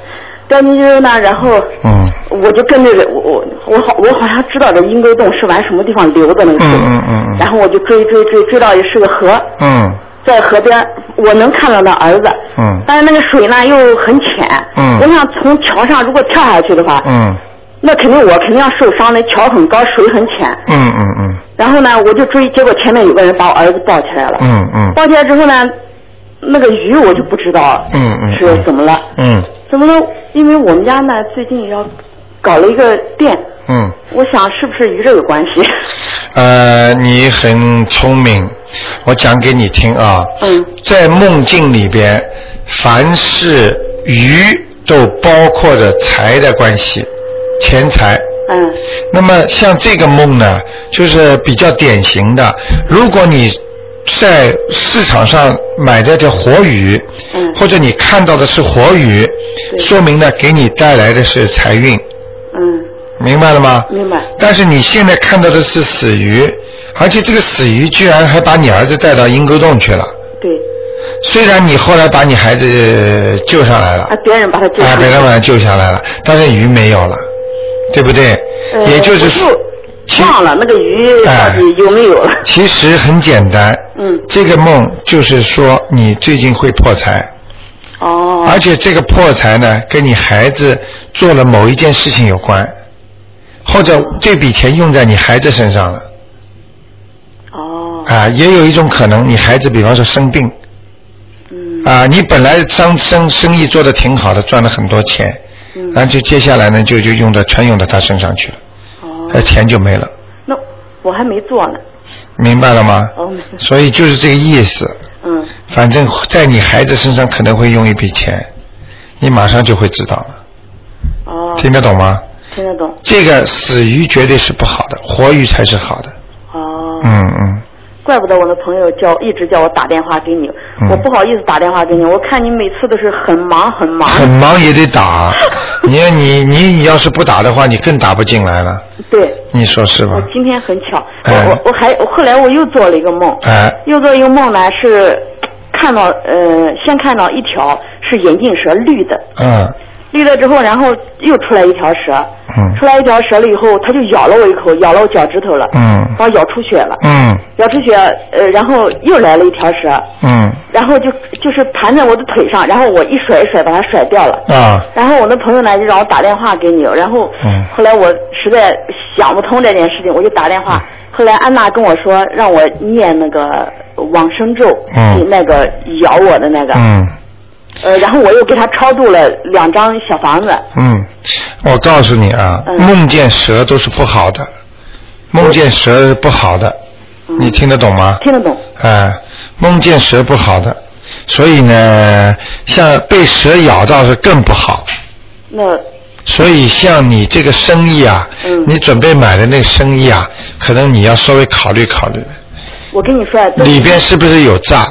掉进去之后呢，然后我就跟着我好像知道这阴沟洞是往什么地方流的那个水，然后我就追到是个河，在河边我能看到那儿子，但是那个水呢又很浅，我想从桥上如果跳下去的话，那我肯定要受伤的，桥很高，水很浅，然后呢我就追，结果前面有个人把我儿子抱起来了，抱起来之后呢，那个鱼我就不知道是怎么了，怎么了？因为我们家呢最近要搞了一个店，我想是不是与这有关系？ 你很聪明，我讲给你听啊。在梦境里边，凡是鱼都包括着财的关系，钱财。那么像这个梦呢，就是比较典型的。如果你在市场上买的这活鱼，或者你看到的是活鱼，说明呢给你带来的是财运。明白了吗？ 明白。 但是你现在看到的是死鱼，而且这个死鱼居然还把你儿子带到阴沟洞去了。 对。 虽然你后来把你孩子救上来了， 别人把他救上来了， 别人把他救下来了，但是鱼没有了，对不对？也就是说。 忘了那个鱼到底有没有了？ 其实很简单，这个梦就是说你最近会破财，而且这个破财呢跟你孩子做了某一件事情有关，或者这笔钱用在你孩子身上了，也有一种可能，你孩子比方说生病，你本来生意做得挺好的，赚了很多钱，然后就接下来呢就全用到他身上去了。钱就没了。 那我还没做呢。 明白了吗？所以就是这个意思。反正在你孩子身上可能会用一笔钱，你马上就会知道了。听得懂吗？ 听得懂。 这个死鱼绝对是不好的，活鱼才是好的。 怪不得我的朋友一直叫我打电话给你，我不好意思打电话给你，我看你每次都是很忙。 很忙也得打，你要是不打的话，你更打不进来了。 对。 你说是吧？ 我今天很巧，我后来我又做了一个梦，又做一个梦呢是看到先看到一条是眼镜蛇绿的，绿了之后，然后又出来一条蛇，出来一条蛇了以后，它就咬了我一口，咬了我脚趾头了，把我咬出血了，咬出血，然后又来了一条蛇，然后就是盘在我的腿上，然后我一甩把它甩掉了，然后我的朋友呢就让我打电话给你，然后后来我实在想不通这件事情，我就打电话，后来安娜跟我说让我念那个往生咒，那个咬我的那个。然后我又给他超度了2张小房子。 我告诉你啊，梦见蛇都是不好的，梦见蛇是不好的，你听得懂吗？ 听得懂。 梦见蛇不好的，所以呢，像被蛇咬到是更不好。所以像你这个生意啊，你准备买的那个生意啊，可能你要稍微考虑考虑。 我跟你说， 里边是不是有诈？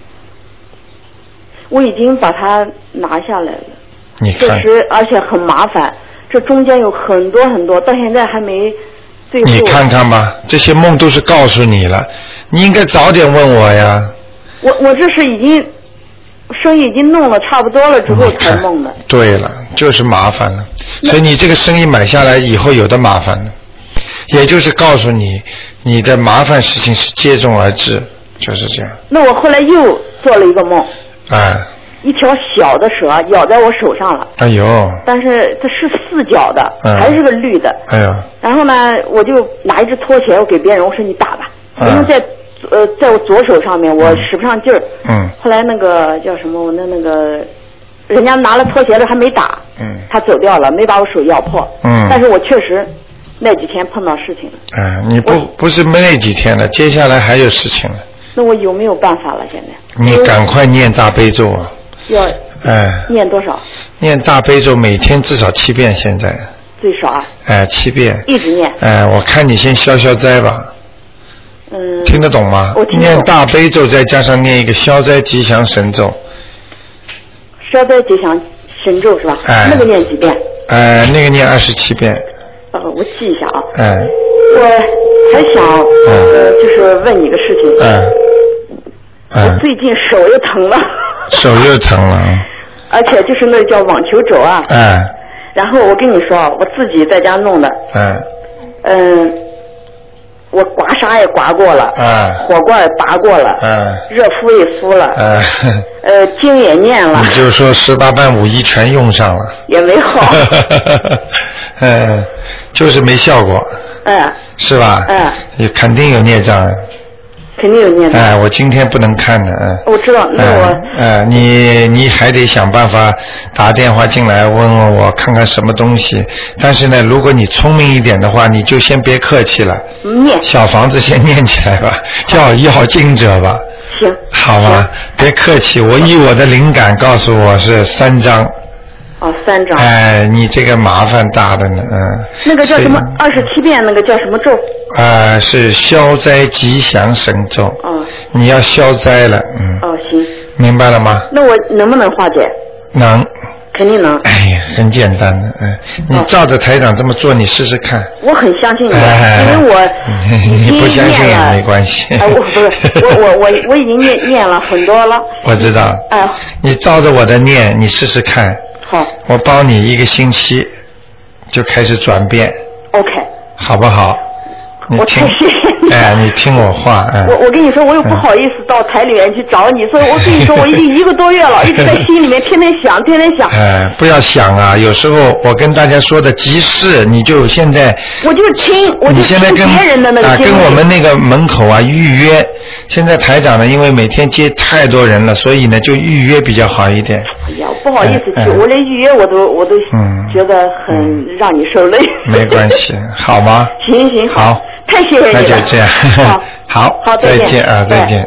我已经把它拿下来了， 你看， 确实，而且很麻烦，这中间有很多，到现在还没最后。 你看看吧，这些梦都是告诉你了，你应该早点问我呀。 我这是已经生意已经弄了差不多了之后才弄的。 对了，就是麻烦了，所以你这个生意买下来以后有的麻烦了，也就是告诉你，你的麻烦事情是接踵而至，就是这样。 那我后来又做了一个梦。一条小的蛇咬在我手上了。 哎呦！ 但是这是4脚的，还是个绿的。 哎呀！ 然后呢，我就拿一只拖鞋，我给别人，我说你打吧。因为在我左手上面，我使不上劲儿。后来那个叫什么，我那个人家拿了拖鞋的还没打。他走掉了，没把我手咬破。但是我确实那几天碰到事情了。 你不是那几天了，接下来还有事情了。 那我有没有办法了？现在你赶快念大悲咒啊！ 要念多少？ 念大悲咒每天至少7遍，现在最少啊 ？7遍， 一直念。 我看你先消灾吧。听得懂吗？ 我听得懂。 念大悲咒再加上念一个消灾吉祥神咒。 消灾吉祥神咒是吧？那个念几遍？ 那个念27遍。 我记一下啊。我还想就是问你个事情。我最近手又疼了。 手又疼了。 而且就是那叫网球肘啊。然后我跟你说，我自己在家弄的。我刮痧也刮过了，火罐也拔过了，热敷也敷了，经也念了。 你就说18般武艺全用上了。 也没好。 就是没效果。是吧？你肯定有孽障。 肯定有孽障。 我今天不能看的。 我知道，那我。 你还得想办法打电话进来问问我看看什么东西。但是呢，如果你聪明一点的话，你就先别客气了。 念。 小房子先念起来吧，要经者吧。 行。 好吧，别客气。我以我的灵感告诉我是3张。 3张。 你这个麻烦大的呢， 那个叫什么27遍，那个叫什么咒？ 是消灾吉祥神咒。你要消灾了， 行。 明白了吗？ 那我能不能化解？ 能。 肯定能。 很简单的，你照着台长这么做，你试试看。 我很相信你，因为我你不相信也没关系。 我已经念了很多了。 我知道。你照着我的念，你试试看。 好， 我帮你1个星期就开始转变。 OK。 好不好？ 我太谢谢你。 你听我话。 我跟你说，我又不好意思到台里面去找你，所以我跟你说，我已经1个多月了，一直在心里面天天想。 不要想啊！有时候我跟大家说的急事，你就现在。 我就听别人的那个跟我们那个门口预约。现在台长呢，因为每天接太多人了，所以呢就预约比较好一点。 哎呀，不好意思去，我连预约我都觉得很让你受累。 没关系，好吗？ 行， 好， 太谢谢你了。 那就这样。好，再见啊，再见，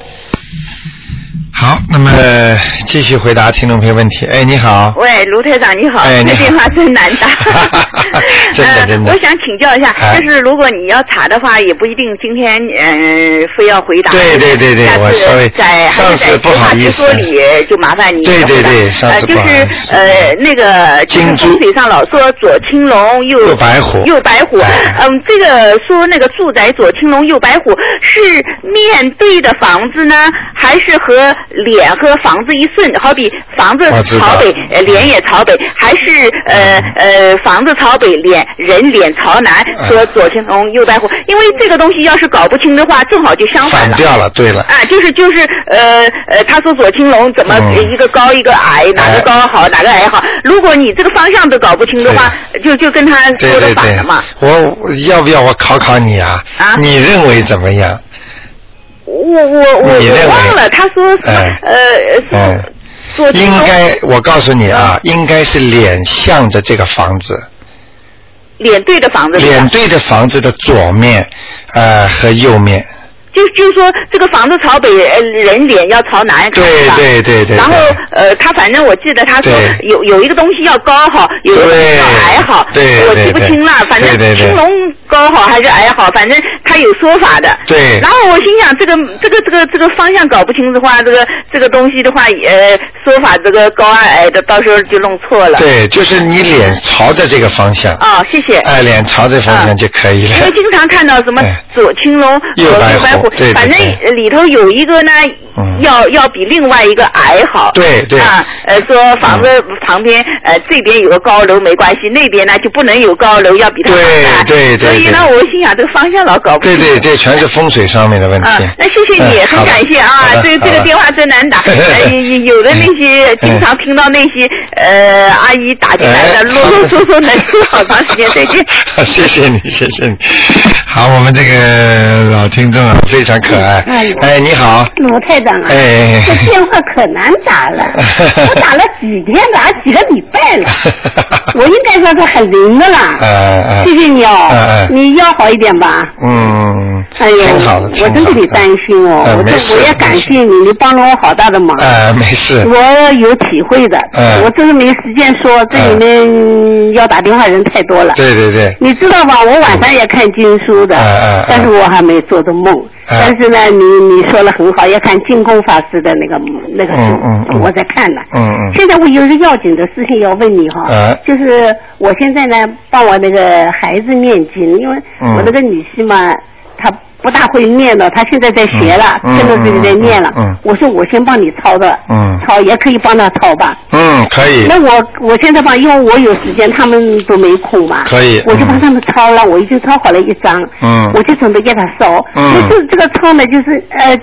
好，那么继续回答听众朋友问题。你好。 喂，卢台长你好。这电话真难打。 真的。 我想请教一下，就是如果你要查的话，也不一定今天非要回答。 对，我稍微上次不好意思。 说里就麻烦你。 对，上次不好意思。 就是那个风水上老说左青龙右白虎。这个说那个住宅左青龙右白虎是面对的房子呢，还是和脸和房子一顺？好比房子朝北，脸也朝北，还是房子朝北，人脸朝南，说左青龙右白虎？因为这个东西要是搞不清的话，正好就相反了。 反掉了，对了。 就是他说左青龙怎么一个高一个矮，哪个高好，哪个矮好？如果你这个方向都搞不清的话，就跟他说的反了嘛。 我要不要我考你啊？你认为怎么样？ 我忘了，他说应该我告诉你啊，应该是脸向着这个房子， 脸对着房子， 脸对着房子的左面和右面。 就是说这个房子朝北，人脸要朝南， 对。 然后他反正我记得他说有一个东西要高好，有一个东西要矮好，我记不清了。反正青龙高好还是矮好，反正他有说法的。 对。 然后我心想，这个方向搞不清的话，这个东西的话，说法这个高矮的，到时候就弄错了。 对，就是你脸朝着这个方向。 谢谢。 脸朝着方向就可以了。 因为经常看到什么左青龙右白虎。 反正里头有一个呢，要比另外一个矮好。 对。 说房子旁边这边有个高楼没关系，那边呢就不能有高楼，要比它矮。对。所以呢，我心想这个方向老搞不清。 对，这全是风水上面的问题。 那谢谢你，很感谢啊！这个电话真难打。有的那些经常听到那些阿姨打进来的啰啰嗦嗦，能说好长时间。再见。 谢谢你。好，我们这个老听众非常可爱。你好， 罗台长啊。这电话可难打了，我打了几天，打几个礼拜了。我应该说是很灵的啦。谢谢你哦。你腰好一点吧？哎呦，我真的得担心哦。我也感谢你，你帮了我好大的忙。 没事。 我有体会的。我真是没时间说，这里面要打电话人太多了。 对。 你知道吧？我晚上也看经书的，但是我还没做的梦。但是呢，你说了很好，要看净空法师的那个书，我在看呢。现在我有一个要紧的事情要问你哈，就是我现在呢帮我那个孩子念经，因为我那个女婿嘛，他不大会念的，他现在在学了，真的是在念了。我说我先帮你抄的，抄也可以帮他抄吧。 可以。 那我现在吧，因为我有时间，他们都没空嘛。 可以。 我就帮他们抄了，我已经抄好了1张。我就准备给他烧。这个抄呢，就是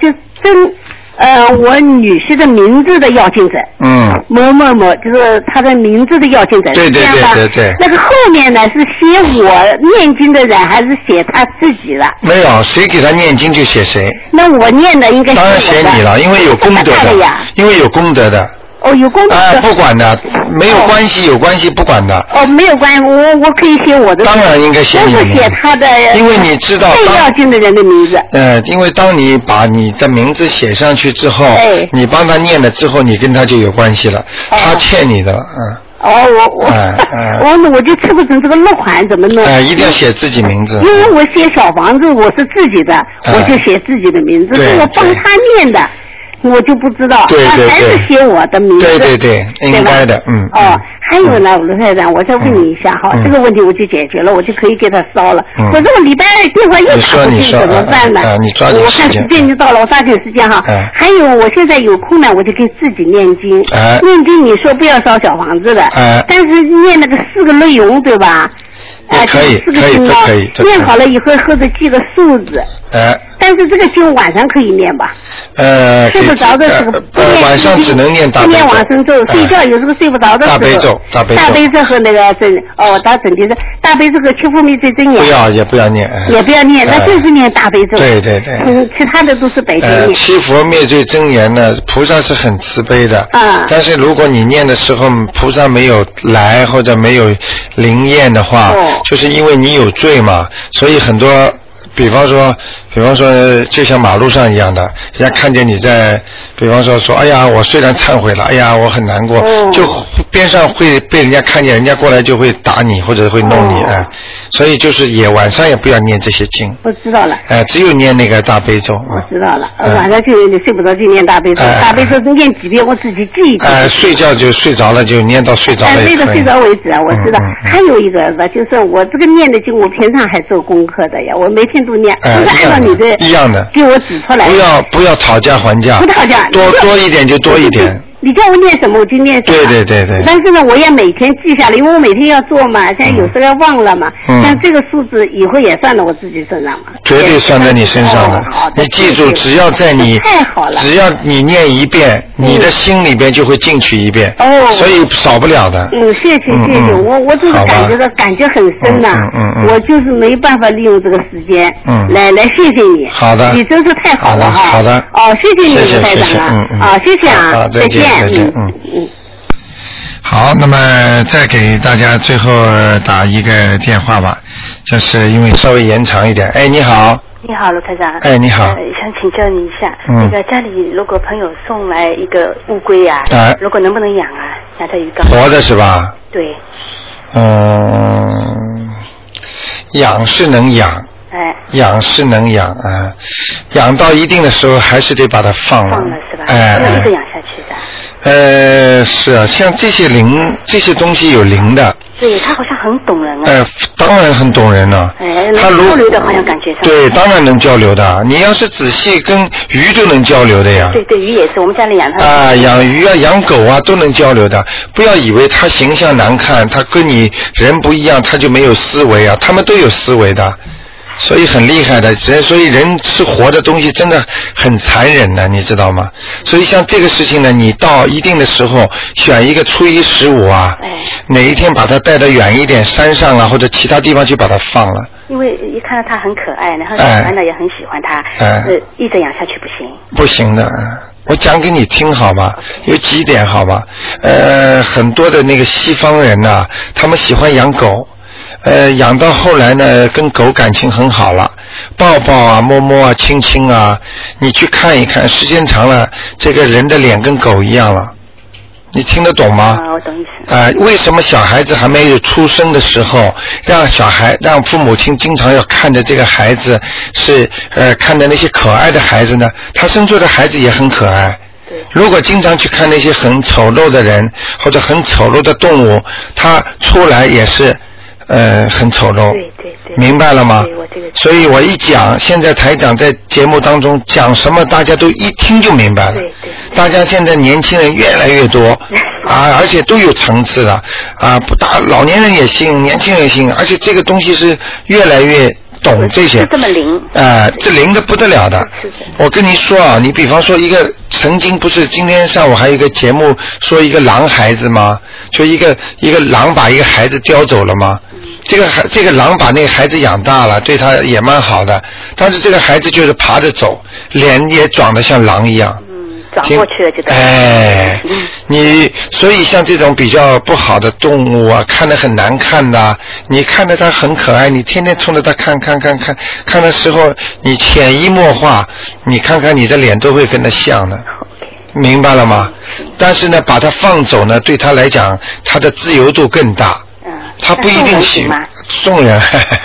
我女婿的名字的要经者。某某某，就是他的名字的要经者。 对。 那个后面呢，是写我念经的人，还是写他自己的？ 没有，谁给他念经就写谁。 那我念的应该是我的。 当然写你了，因为有功德的。因为有功德的。 有功德的。 不管的，没有关系，有关系不管的。 没有关系，我可以写我的。 当然应该写你的名字。 写他的。 因为你知道。 最要紧的人的名字。 因为当你把你的名字写上去之后，你帮他念了之后，你跟他就有关系了，他欠你的了， 我就吃不准这个落款怎么弄。 一定要写自己名字。 因为我写小房子，我是自己的，我就写自己的名字，是我帮他念的。我就不知道，他还是写我的名字。 对，应该的， 还有呢，卢台长，我再问你一下哈，这个问题我就解决了，我就可以给他烧了。可是我礼拜二电话又打不进，怎么办呢？我看时间就到了，我抓紧时间哈。还有，我现在有空呢，我就给自己念经。念经你说不要烧小房子的，但是念那个4个内容对吧？ 可以， 念好了以后或者记个数字。但是这个经晚上可以念吧？睡不着的时候， 晚上只能念大悲咒。 念往生咒，睡觉有时候睡不着的时候。大悲咒和那个打准提咒，大悲咒和七佛灭罪真言。 也不要念。 也不要念，那就是念大悲咒。 对。 其他的都是白天念。 七佛灭罪真言呢，菩萨是很慈悲的。但是如果你念的时候，菩萨没有来或者没有灵验的话，就是因为你有罪嘛，所以很多。比方说，就像马路上一样的，人家看见你在，比方说，哎呀，我虽然忏悔了，哎呀，我很难过，就边上会被人家看见，人家过来就会打你或者会弄你，所以就是晚上也不要念这些经。 我知道了。 只有念那个大悲咒。 我知道了，晚上就你睡不着就念大悲咒，大悲咒念几遍我自己记一记。 睡觉就睡着了，就念到睡着了。 累到睡着为止啊，我知道。还有一个吧，就是我这个念的经，我平常还做功课的呀，我每天都念，不是按照你的一样的给我指出来。 不要讨价还价。 不讨价。 多一点就多一点。 你叫我念什么我就念什么。 对。 但是呢，我也每天记下来，因为我每天要做嘛，现在有时候要忘了嘛。但这个数字以后也算到我自己身上嘛。 绝对算在你身上的。你记住，只要在你太好了， 只要你念一遍，你的心里边就会进去一遍。所以少不了的。 谢谢，我这个感觉很深呐。我就是没办法利用这个时间。来谢谢你。 好的。 你真是太好了哈。 好的。 谢谢你，卢台长啊。谢谢啊。再见。 好，那么再给大家最后打一个电话吧，就是因为稍微延长一点。你好。 你好，卢台长。 你好。 想请教你一下，那个家里如果朋友送来一个乌龟啊，如果能不能养啊？养在鱼缸。 活的是吧？ 对。 养是能养。养是能养啊，养到一定的时候还是得把它放了。 放了是吧？一直养下去的。 是啊，像这些东西有灵的。 对，他好像很懂人啊。 当然很懂人了。 他交流的好像感觉上。 对，当然能交流的。你要是仔细跟鱼都能交流的呀。 对，鱼也是，我们家里养它。 养鱼啊，养狗啊都能交流的。不要以为它形象难看，它跟你人不一样，它就没有思维啊，他们都有思维的。所以很厉害的，所以人吃活的东西真的很残忍的，你知道吗？所以像这个事情呢，你到一定的时候，选一个初一15啊，哪一天把它带得远一点，山上啊或者其他地方去把它放了。 因为一看到它很可爱，然后小孩呢也很喜欢它，一直养下去不行。 不行的。我讲给你听好吧，有几点好吧？很多的那个西方人呐，他们喜欢养狗。养到后来呢，跟狗感情很好了，抱抱啊，摸摸啊，亲亲啊，你去看一看，时间长了，这个人的脸跟狗一样了。你听得懂吗？ 我懂意思。 为什么小孩子还没有出生的时候，让父母亲经常要看着这个孩子是看着那些可爱的孩子呢？他生出的孩子也很可爱。如果经常去看那些很丑陋的人或者很丑陋的动物，他出来也是很丑陋。 对对对。 明白了吗？ 对，我这个。 所以我一讲，现在台长在节目当中讲什么，大家都一听就明白了。 对对。 大家现在年轻人越来越多啊，而且都有层次了啊，不大老年人也信，年轻人也信，而且这个东西是越来越懂这些。 是这么灵。 这灵的不得了的。 是的。 我跟你说啊，你比方说一个曾经不是今天上午还有一个节目说一个狼孩子吗？就一个狼把一个孩子叼走了吗？这个狼把那个孩子养大了，对他也蛮好的，但是这个孩子就是爬着走，脸也长得像狼一样。 转过去了就你所以像这种比较不好的动物啊，看得很难看的，你看着它很可爱，你天天冲着它看的时候，你潜移默化，你看看你的脸都会跟它像的，明白了吗？但是呢，把它放走呢，对它来讲，它的自由度更大。他不一定行送人，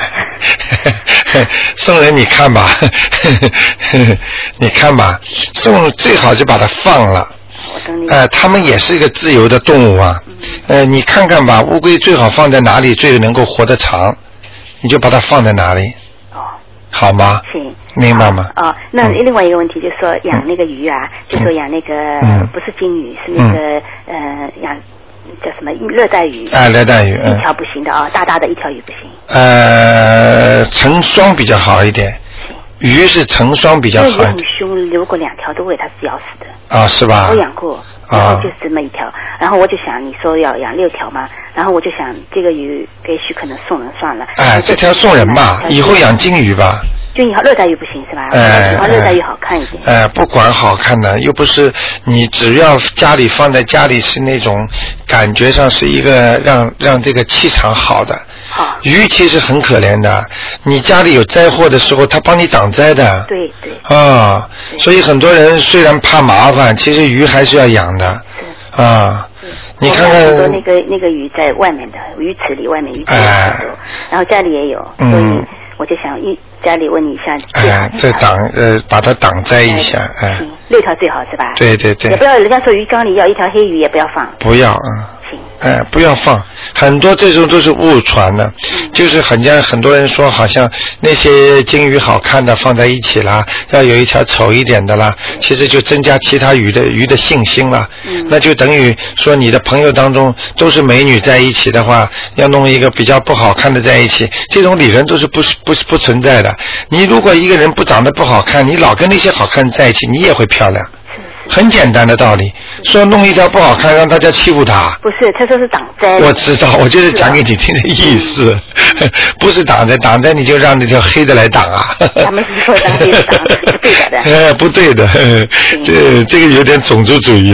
送人你看吧，你看吧，送最好就把它放了。他们也是一个自由的动物啊。你看看吧，乌龟最好放在哪里最能够活得长，你就把它放在哪里。好吗？ 行。 明白吗？ 那另外一个问题就是说养那个鱼啊，就说养那个不是金鱼，是那个养。叫什么热带鱼？ 热带鱼， 一条不行的啊，大大的一条鱼不行。 成双比较好一点。鱼是成双比较好。因为很凶，如果2条都被它咬死的。 啊，是吧？ 我养过，然后就这么一条，然后我就想，你说要养6条嘛，然后我就想这个鱼也许可能送人算了。 这条送人吧，以后养金鱼吧。 就你热带鱼不行是吧？喜欢热带鱼好看一点。 不管好看的，又不是你只要家里放在家里是那种感觉上是一个让这个气场好的。 好。 鱼其实很可怜的，你家里有灾祸的时候，它帮你挡灾的。 对对。 所以很多人虽然怕麻烦，其实鱼还是要养的。 是。 你看看。 很多那个鱼在外面的鱼池里，外面鱼池里很多，然后家里也有，所以我就想家里问你一下， 这把它挡灾一下 ，6条最好是吧？ 对对对。 也不要人家说鱼缸里要1条黑鱼也不要放。 不要不要放，很多这种都是误传的，就是很多人说好像那些金鱼好看的放在一起啦，要有一条丑一点的啦，其实就增加其他鱼的信心了。那就等于说你的朋友当中都是美女在一起的话，要弄一个比较不好看的在一起，这种理论都是不存在的。你如果一个人不长得不好看，你老跟那些好看在一起，你也会漂亮。很简单的道理，说弄一条不好看让大家欺负他。 不是，他说是挡灾。 我知道，我就是讲给你听的意思，不是挡灾你就让那条黑的来挡啊。 他们是说让黑的挡，不对的。 不对的，这个有点种族主义。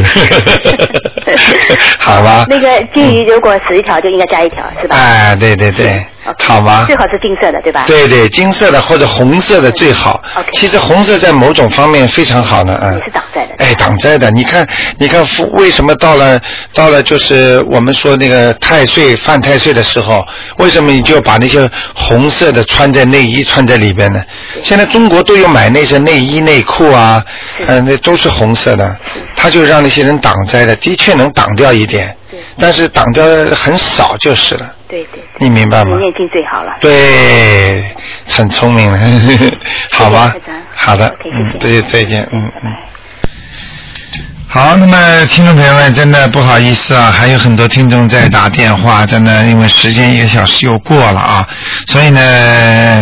好吧。 那个金鱼如果11条就应该加1条，是吧？ 对对对。好吗？ 最好是金色的，对吧？ 对对，金色的或者红色的最好。其实红色在某种方面非常好呢。 也是挡灾的。 挡灾的。你看，为什么到了就是我们说那个犯太岁的时候，为什么你就把那些红色的穿在内衣穿在里边呢？现在中国都有买那些内衣内裤啊，那都是红色的，它就让那些人挡灾的，的确能挡掉一点，但是挡掉很少就是了。 对对。 你明白吗？ 念经最好了。 对，很聪明了。好吧。好的。对，再见。好，那么听众朋友们，真的不好意思啊，还有很多听众在打电话，真的因为时间1个小时又过了啊，所以呢，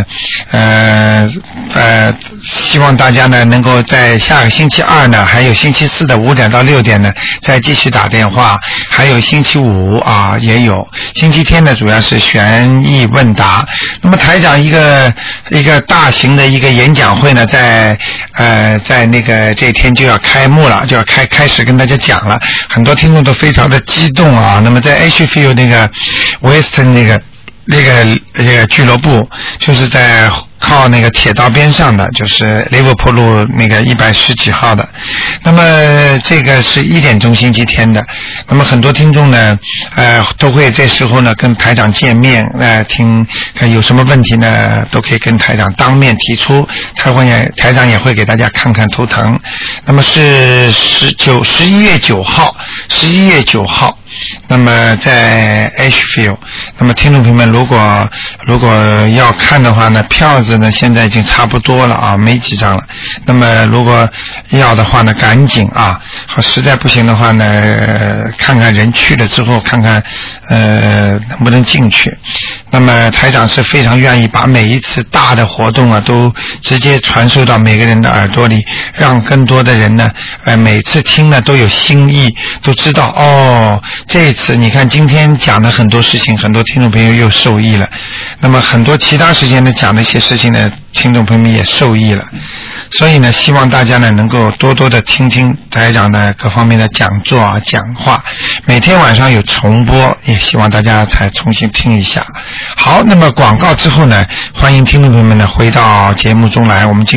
希望大家呢能够在下个星期2呢，还有星期4的5点到6点呢，再继续打电话，还有星期5啊也有，星期天呢主要是悬疑问答。那么台长一个大型的一个演讲会呢，在那个这天就要开幕了，就要开始跟大家讲了，很多听众都非常的激动啊。那么在 Ashfield 那个 Western 那个俱乐部，就是在靠那个铁道边上的，就是利物浦路那个110几号的。那么这个是1点钟星期天的。那么很多听众呢，都会这时候呢跟台长见面，听看有什么问题呢，都可以跟台长当面提出，台长也会给大家看看图腾。那么是11月9号。那么在 Ashfield， 那么听众朋友们，如果要看的话呢，票子呢现在已经差不多了啊，没几张了。那么如果要的话呢，赶紧啊，好，实在不行的话呢，看看人去了之后，看看能不能进去。那么台长是非常愿意把每一次大的活动啊，都直接传授到每个人的耳朵里，让更多的人呢，每次听呢都有新意，都知道哦。这一次你看今天讲的很多事情，很多听众朋友又受益了，那么很多其他时间呢讲的一些事情呢，听众朋友们也受益了。所以呢，希望大家呢能够多多的听听台长的各方面的讲座啊、讲话，每天晚上有重播，也希望大家再重新听一下。好，那么广告之后呢，欢迎听众朋友们呢回到节目中来，我们